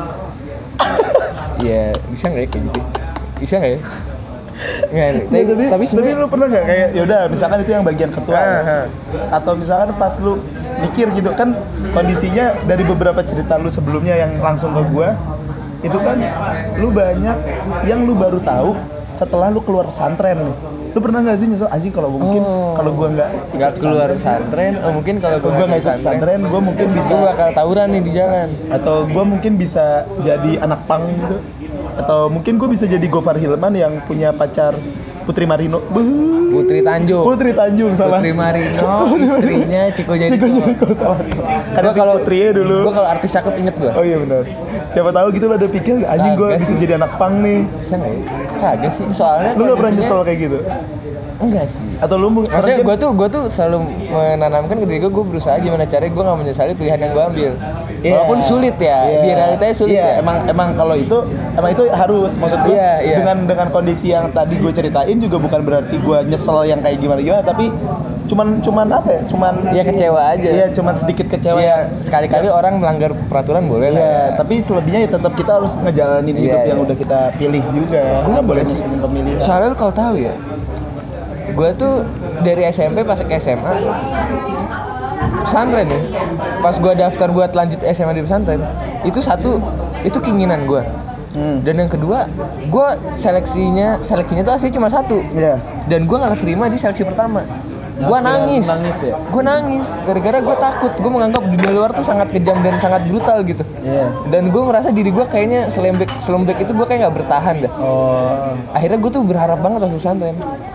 [SPEAKER 1] Iya, bisa nggak ya kayak gitu? Bisa nggak ya? Nggak,
[SPEAKER 2] Tapi,
[SPEAKER 1] tapi, tapi
[SPEAKER 2] tapi
[SPEAKER 1] sebenarnya
[SPEAKER 2] lu pernah nggak kayak, yaudah misalkan itu yang bagian ketua ya.
[SPEAKER 1] Ah, ah.
[SPEAKER 2] Atau misalkan pas lu mikir gitu kan, kondisinya dari beberapa cerita lu sebelumnya yang langsung ke gua, itu kan lu banyak yang lu baru tahu setelah lu keluar pesantren nih. Lu pernah nggak sih nyesel anjing kalau gua mungkin
[SPEAKER 1] Oh.
[SPEAKER 2] kalau gua nggak ikut
[SPEAKER 1] nggak keluar pesantren, oh mungkin kalau gue
[SPEAKER 2] Kalau gua nggak ikut pesantren, gua mungkin bisa
[SPEAKER 1] gue bakal tawuran nih di jalan.
[SPEAKER 2] atau gue mungkin bisa jadi anak pang gitu, atau mungkin gue bisa jadi Gofar Hilman yang punya pacar Putri Marino. Buh.
[SPEAKER 1] Putri Tanjung.
[SPEAKER 2] Putri Tanjung salah.
[SPEAKER 1] Putri Marino, istrinya Ciko Jadiko.
[SPEAKER 2] Ciko Jadiko salah. Karena
[SPEAKER 1] Gua kalau
[SPEAKER 2] Putrinya dulu.
[SPEAKER 1] Gue kalau artis cakep inget gue.
[SPEAKER 2] Oh iya benar. Siapa tahu gitu lo ada pikir anjing gue
[SPEAKER 1] Kagak
[SPEAKER 2] bisa
[SPEAKER 1] sih.
[SPEAKER 2] jadi anak pang nih.
[SPEAKER 1] Bisa nggak ya? Kagak sih, soalnya
[SPEAKER 2] Lu nggak pernah
[SPEAKER 1] kondisinya-
[SPEAKER 2] nyesel kayak gitu?
[SPEAKER 1] Enggak sih.
[SPEAKER 2] Atau lu mungkin
[SPEAKER 1] Maksudnya gue tuh gue tuh selalu menanamkan ke diri gue, gue berusaha gimana caranya gue nggak menyesali pilihan yang gue ambil.
[SPEAKER 2] Iya.
[SPEAKER 1] Walaupun sulit ya,
[SPEAKER 2] Iya.
[SPEAKER 1] di realitanya sulit
[SPEAKER 2] Iya,
[SPEAKER 1] ya.
[SPEAKER 2] emang emang kalau itu emang itu harus maksud gue
[SPEAKER 1] Iya, iya.
[SPEAKER 2] dengan dengan kondisi yang tadi gue ceritain juga bukan berarti gue nyesel yang kayak gimana gimana, tapi cuman cuman apa ya cuman
[SPEAKER 1] ya kecewa aja.
[SPEAKER 2] Iya cuman sedikit kecewa.
[SPEAKER 1] Iya sekali-kali ya. Orang melanggar peraturan boleh lah.
[SPEAKER 2] Iya
[SPEAKER 1] ya.
[SPEAKER 2] tapi selebihnya ya tetap kita harus ngejalanin
[SPEAKER 1] Iya,
[SPEAKER 2] hidup
[SPEAKER 1] iya.
[SPEAKER 2] yang udah kita pilih juga. Nggak boleh nyusulin pemilihan.
[SPEAKER 1] Soalnya lu kalau tahu ya, gue tuh dari S M P pas ke S M A pesantren ya. Pas gue daftar buat lanjut S M A di pesantren, itu satu itu keinginan gue. Hmm. Dan yang kedua, gue seleksinya seleksinya tuh asli cuma satu.
[SPEAKER 2] Iya.
[SPEAKER 1] Dan gue nggak keterima di seleksi pertama. Gue nangis.
[SPEAKER 2] Nangis ya.
[SPEAKER 1] Gue nangis. Gara-gara gue takut. Gue menganggap dunia luar tuh sangat kejam dan sangat brutal gitu.
[SPEAKER 2] Iya.
[SPEAKER 1] Dan gue merasa diri gue kayaknya selembek selembek itu gue kayak nggak bertahan dah.
[SPEAKER 2] Oh.
[SPEAKER 1] Akhirnya gue tuh berharap banget masuk pesantren.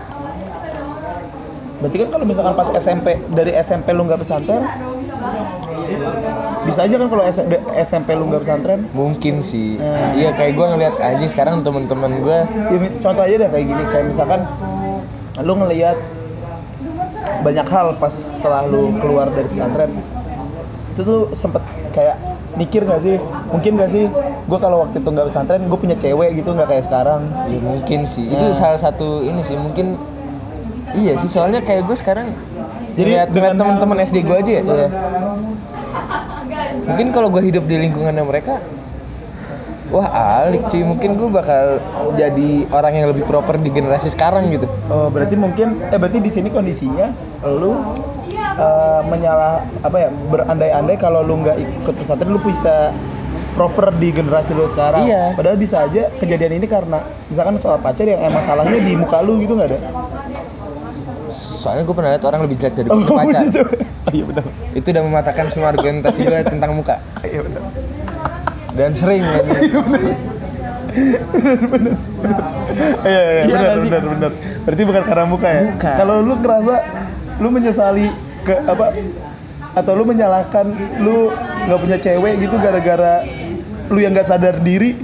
[SPEAKER 2] Berarti kan kalau misalkan pas S M P dari S M P lu nggak pesantren, bisa aja kan kalau S M P lu nggak pesantren?
[SPEAKER 1] Mungkin sih.
[SPEAKER 2] Hmm.
[SPEAKER 1] Iya kayak gue ngeliat aja sekarang teman-teman gue.
[SPEAKER 2] Ya, contoh aja deh kayak gini, kayak misalkan lu ngelihat banyak hal pas setelah lu keluar dari pesantren, itu tuh sempet kayak mikir nggak sih, mungkin nggak sih, gue kalau waktu itu nggak pesantren, gue punya cewek gitu nggak kayak sekarang?
[SPEAKER 1] Ya mungkin sih.
[SPEAKER 2] Hmm.
[SPEAKER 1] Itu salah satu ini sih mungkin. Iya sih soalnya kayak gue sekarang. Jadi dengan teman-teman S D gue aja ya.
[SPEAKER 2] Iya.
[SPEAKER 1] Mungkin kalau gue hidup di lingkungannya mereka, wah alik cuy, mungkin gue bakal jadi orang yang lebih proper di generasi sekarang gitu.
[SPEAKER 2] Oh berarti mungkin, eh berarti di sini kondisinya lu uh, menyalah apa ya, berandai-andai kalau lu nggak ikut pesantren lu bisa proper di generasi lu sekarang.
[SPEAKER 1] Iya.
[SPEAKER 2] Padahal bisa aja kejadian ini karena misalkan soal pacar yang emang salahnya di muka lu gitu nggak ada?
[SPEAKER 1] Soalnya gue pernah lihat orang lebih jelek dari
[SPEAKER 2] Oh,
[SPEAKER 1] pacar.
[SPEAKER 2] gitu. Oh, iya benar.
[SPEAKER 1] Itu udah mematahkan semua argumentasi gue tentang muka.
[SPEAKER 2] Iya benar.
[SPEAKER 1] Dan sering lagi.
[SPEAKER 2] Bener. Iya iya
[SPEAKER 1] Iya
[SPEAKER 2] benar
[SPEAKER 1] nggak sih?
[SPEAKER 2] benar benar. Berarti bukan karena muka ya?
[SPEAKER 1] Bukan.
[SPEAKER 2] Kalau lu ngerasa lu menyesali ke apa atau lu menyalahkan lu nggak punya cewek gitu gara-gara lu yang nggak sadar diri,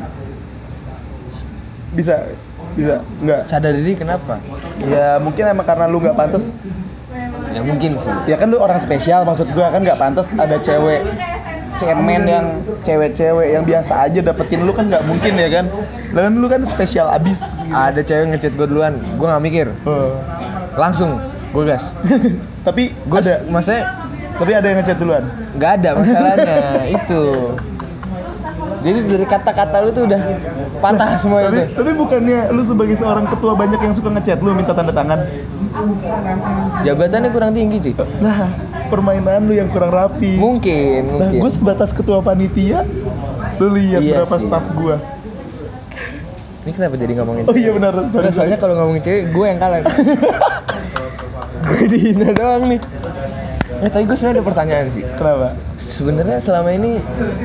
[SPEAKER 2] bisa bisa nggak?
[SPEAKER 1] Sadar diri kenapa?
[SPEAKER 2] Ya mungkin emang karena lu nggak pantas.
[SPEAKER 1] Ya mungkin sih.
[SPEAKER 2] Ya kan lu orang spesial, maksud gua kan nggak pantas ada cewek cemen yang cewek-cewek yang biasa aja dapetin lu kan nggak mungkin ya kan? Dan lu kan spesial abis. Gitu.
[SPEAKER 1] Ada cewek ngechat gue duluan, gue nggak mikir,
[SPEAKER 2] Oh.
[SPEAKER 1] langsung gue gas.
[SPEAKER 2] Tapi
[SPEAKER 1] Gue
[SPEAKER 2] ada,
[SPEAKER 1] maksudnya
[SPEAKER 2] tapi ada yang ngechat duluan.
[SPEAKER 1] nggak ada masalahnya itu. Jadi dari kata-kata lu tuh udah patah semua
[SPEAKER 2] tapi,
[SPEAKER 1] itu.
[SPEAKER 2] tapi bukannya lu sebagai seorang ketua banyak yang suka ngechat lu minta tanda tangan?
[SPEAKER 1] Jabatannya kurang tinggi sih.
[SPEAKER 2] Nah, permainan lu yang kurang rapi.
[SPEAKER 1] Mungkin,
[SPEAKER 2] Nah,
[SPEAKER 1] mungkin.
[SPEAKER 2] gue sebatas ketua panitia, lu lihat
[SPEAKER 1] Iya
[SPEAKER 2] berapa
[SPEAKER 1] sih.
[SPEAKER 2] staff gua.
[SPEAKER 1] Ini kenapa jadi ngomongin?
[SPEAKER 2] Oh iya benar.
[SPEAKER 1] Nggak,
[SPEAKER 2] Sorry,
[SPEAKER 1] soalnya
[SPEAKER 2] sorry.
[SPEAKER 1] kalau ngomongin cewek, gue yang kalah. Gue dihina doang nih. Eh, tapi gue sebenarnya ada pertanyaan sih.
[SPEAKER 2] Kenapa?
[SPEAKER 1] Sebenarnya selama ini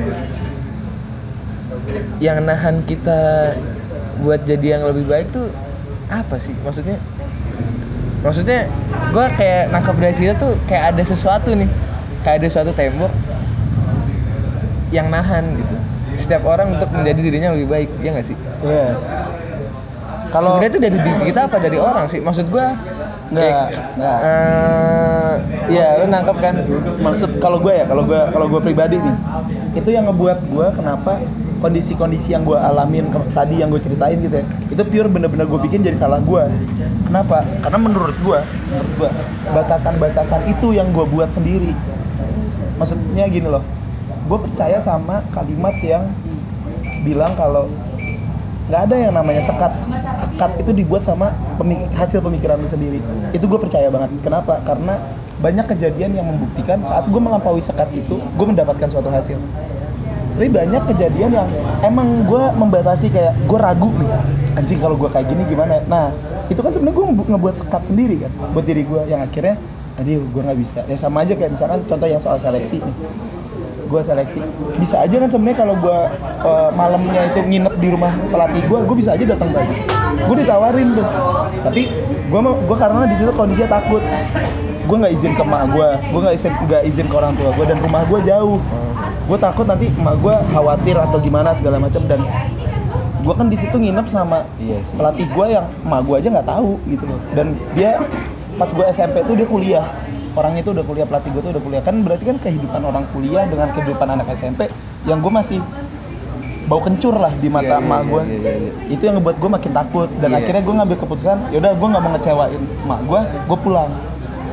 [SPEAKER 1] yang nahan kita buat jadi yang lebih baik tuh apa sih? Maksudnya? Maksudnya gue kayak nangkep dari situ tuh kayak ada sesuatu nih, kayak ada suatu tembok yang nahan gitu. Setiap orang untuk menjadi dirinya lebih baik, ya nggak sih?
[SPEAKER 2] Iya. Yeah. Kalau
[SPEAKER 1] sebenarnya itu dari diri kita apa dari orang sih? Maksud gue
[SPEAKER 2] Nggak, nggak.
[SPEAKER 1] Uh, ya lu nangkep kan?
[SPEAKER 2] Maksud kalau gue ya, kalau gue kalau gue pribadi nih, itu yang ngebuat gue kenapa kondisi-kondisi yang gue alamin ke, tadi yang gue ceritain gitu ya, itu pure bener-bener gue bikin jadi salah gue. Kenapa? Karena menurut gue, menurut gue batasan-batasan itu yang gue buat sendiri. Maksudnya gini loh, gue percaya sama kalimat yang bilang kalau nggak ada yang namanya sekat. Sekat itu dibuat sama pemik- hasil pemikiran lu sendiri. Itu gue percaya banget. Kenapa? Karena banyak kejadian yang membuktikan saat gue melampaui sekat itu, gue mendapatkan suatu hasil. Tapi banyak kejadian yang emang gue membatasi, kayak gue ragu nih, anjing kalau gue kayak gini gimana. Nah itu kan sebenarnya gue ngebuat sekat sendiri kan buat diri gue, yang akhirnya aduh gue nggak bisa. Ya sama aja kayak misalkan contoh yang soal seleksi nih, gue seleksi bisa aja kan sebenarnya kalau gue uh, malamnya itu nginep di rumah pelatih gue, gue bisa aja datang pagi. Gue ditawarin tuh, tapi gue gue karena di situ kondisinya takut, gue nggak izin ke emak gue, gue nggak izin nggak izin ke orang tua gue, dan rumah gue jauh. Gue takut nanti emak gue khawatir atau gimana segala macam, dan gue kan di situ nginep sama
[SPEAKER 1] Iya sih.
[SPEAKER 2] pelatih gue yang emak gue aja nggak tahu gitu loh. Dan dia pas gue S M P tuh dia kuliah, orangnya itu udah kuliah, pelatih gue tuh udah kuliah. Kan berarti kan kehidupan orang kuliah dengan kehidupan anak S M P yang gue masih bau kencur lah di mata
[SPEAKER 1] Iya,
[SPEAKER 2] emak
[SPEAKER 1] iya,
[SPEAKER 2] gue.
[SPEAKER 1] iya, iya, iya.
[SPEAKER 2] Itu yang ngebuat gue makin takut, dan
[SPEAKER 1] Iya.
[SPEAKER 2] akhirnya gue ngambil keputusan, yaudah gue nggak mau ngecewain emak gue, gue pulang.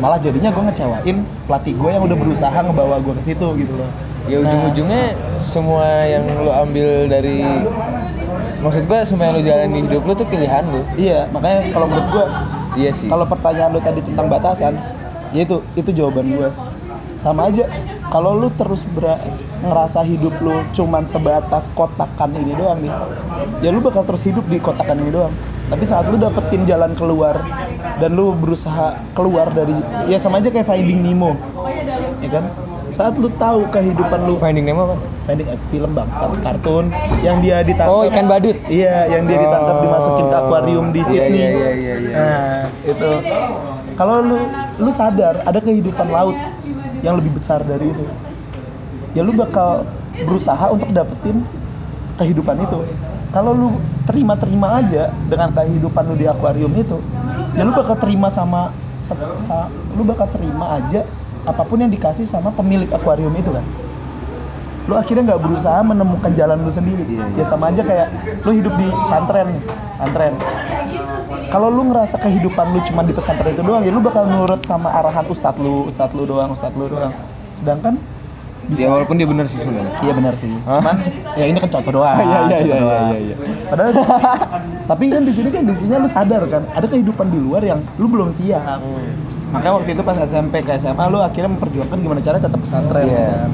[SPEAKER 2] malah jadinya gue ngecewain pelatih gue yang udah berusaha ngebawa gue ke situ gitu loh.
[SPEAKER 1] Ya ujung-ujungnya semua yang lo ambil dari, maksud gue semua yang lo jalan di hidup lo tuh pilihan lo.
[SPEAKER 2] Iya, makanya kalau menurut gue,
[SPEAKER 1] Iya sih.
[SPEAKER 2] kalau pertanyaan lo tadi tentang batasan, ya itu itu jawaban gue. Sama aja. Kalau lu terus ber- ngerasa hidup lu cuman sebatas kotakan ini doang nih, ya lu bakal terus hidup di kotakan ini doang. Tapi saat lu dapetin jalan keluar dan lu berusaha keluar dari, ya sama aja kayak Finding Nemo, ya kan? Saat lu tahu kehidupan lu,
[SPEAKER 1] Finding Nemo apa?
[SPEAKER 2] Finding eh, film bangsa kartun yang dia ditangkap.
[SPEAKER 1] Oh, ikan badut.
[SPEAKER 2] Iya, yang dia ditangkap
[SPEAKER 1] Oh.
[SPEAKER 2] dimasukin ke akuarium di
[SPEAKER 1] Iya,
[SPEAKER 2] Sydney.
[SPEAKER 1] iya, iya, iya, iya.
[SPEAKER 2] Nah, itu. Kalau lu lu sadar ada kehidupan laut yang lebih besar dari itu, ya lu bakal berusaha untuk dapetin kehidupan itu. Kalau lu terima-terima aja dengan kehidupan lu di akuarium itu, ya lu bakal terima sama, sa- sa- lu bakal terima aja apapun yang dikasih sama pemilik akuarium itu kan. Lu akhirnya nggak berusaha menemukan jalan lu sendiri.
[SPEAKER 1] Iya, iya.
[SPEAKER 2] Ya sama aja kayak lu hidup di pesantren nih, pesantren. Kalau lu ngerasa kehidupan lu cuma di pesantren itu doang, ya lu bakal nurut sama arahan ustadz lu, ustadz lu doang, ustadz lu doang. Sedangkan
[SPEAKER 1] Ya walaupun dia benar sih sebenarnya.
[SPEAKER 2] iya benar sih.
[SPEAKER 1] Hah?
[SPEAKER 2] Cuman ya ini kan contoh doang.
[SPEAKER 1] Iya, iya,
[SPEAKER 2] contoh
[SPEAKER 1] iya,
[SPEAKER 2] doang.
[SPEAKER 1] iya, iya.
[SPEAKER 2] Padahal tapi kan di sini kan di sini lu sadar kan, ada kehidupan di luar yang lu belum siap.
[SPEAKER 1] Hmm.
[SPEAKER 2] Makanya waktu itu pas S M P ke S M A lu akhirnya memperjuangkan gimana cara tetap pesantren.
[SPEAKER 1] Iya.
[SPEAKER 2] Kan?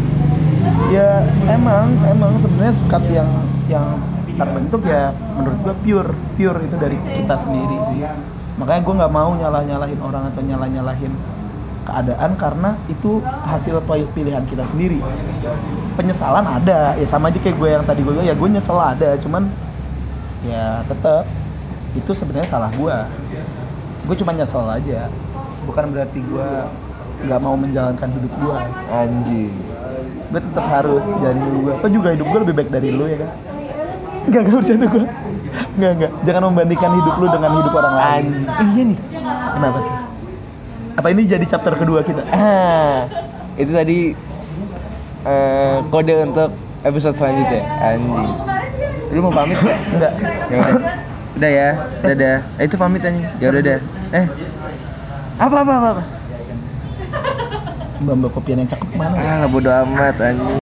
[SPEAKER 2] Ya emang emang sebenarnya sekat yang yang terbentuk ya menurut gua pure pure itu dari kita sendiri sih. Makanya gua nggak mau nyalah-nyalahin orang atau nyalah-nyalahin keadaan karena itu hasil pilihan kita sendiri. Penyesalan ada, ya sama aja kayak gue yang tadi gue bilang, ya gue nyesel ada, cuman ya tetap itu sebenarnya salah gue. Gue cuma nyesel aja, bukan berarti gue nggak mau menjalankan hidup gue.
[SPEAKER 1] Anjing.
[SPEAKER 2] Gue tetap harus jadi gue. Atau juga hidup gue lebih baik dari lu ya kan? Enggak, enggak bercanda gue. Enggak, enggak. Jangan membandingkan hidup lu dengan hidup orang lain.
[SPEAKER 1] Anjing. Eh, iya nih.
[SPEAKER 2] Kenapa tuh? Apa ini jadi chapter kedua kita?
[SPEAKER 1] Ah, itu tadi eh, kode untuk episode selanjutnya. Anjing. Lu mau pamit gak?
[SPEAKER 2] Enggak.
[SPEAKER 1] Ya udah. Udah ya. Dadah. Eh, itu pamit anjing. Ya udah dah. Eh. Apa apa apa? apa?
[SPEAKER 2] Mbak-mbak kopian yang cakep kemana?
[SPEAKER 1] Ah, bodo amat anjing.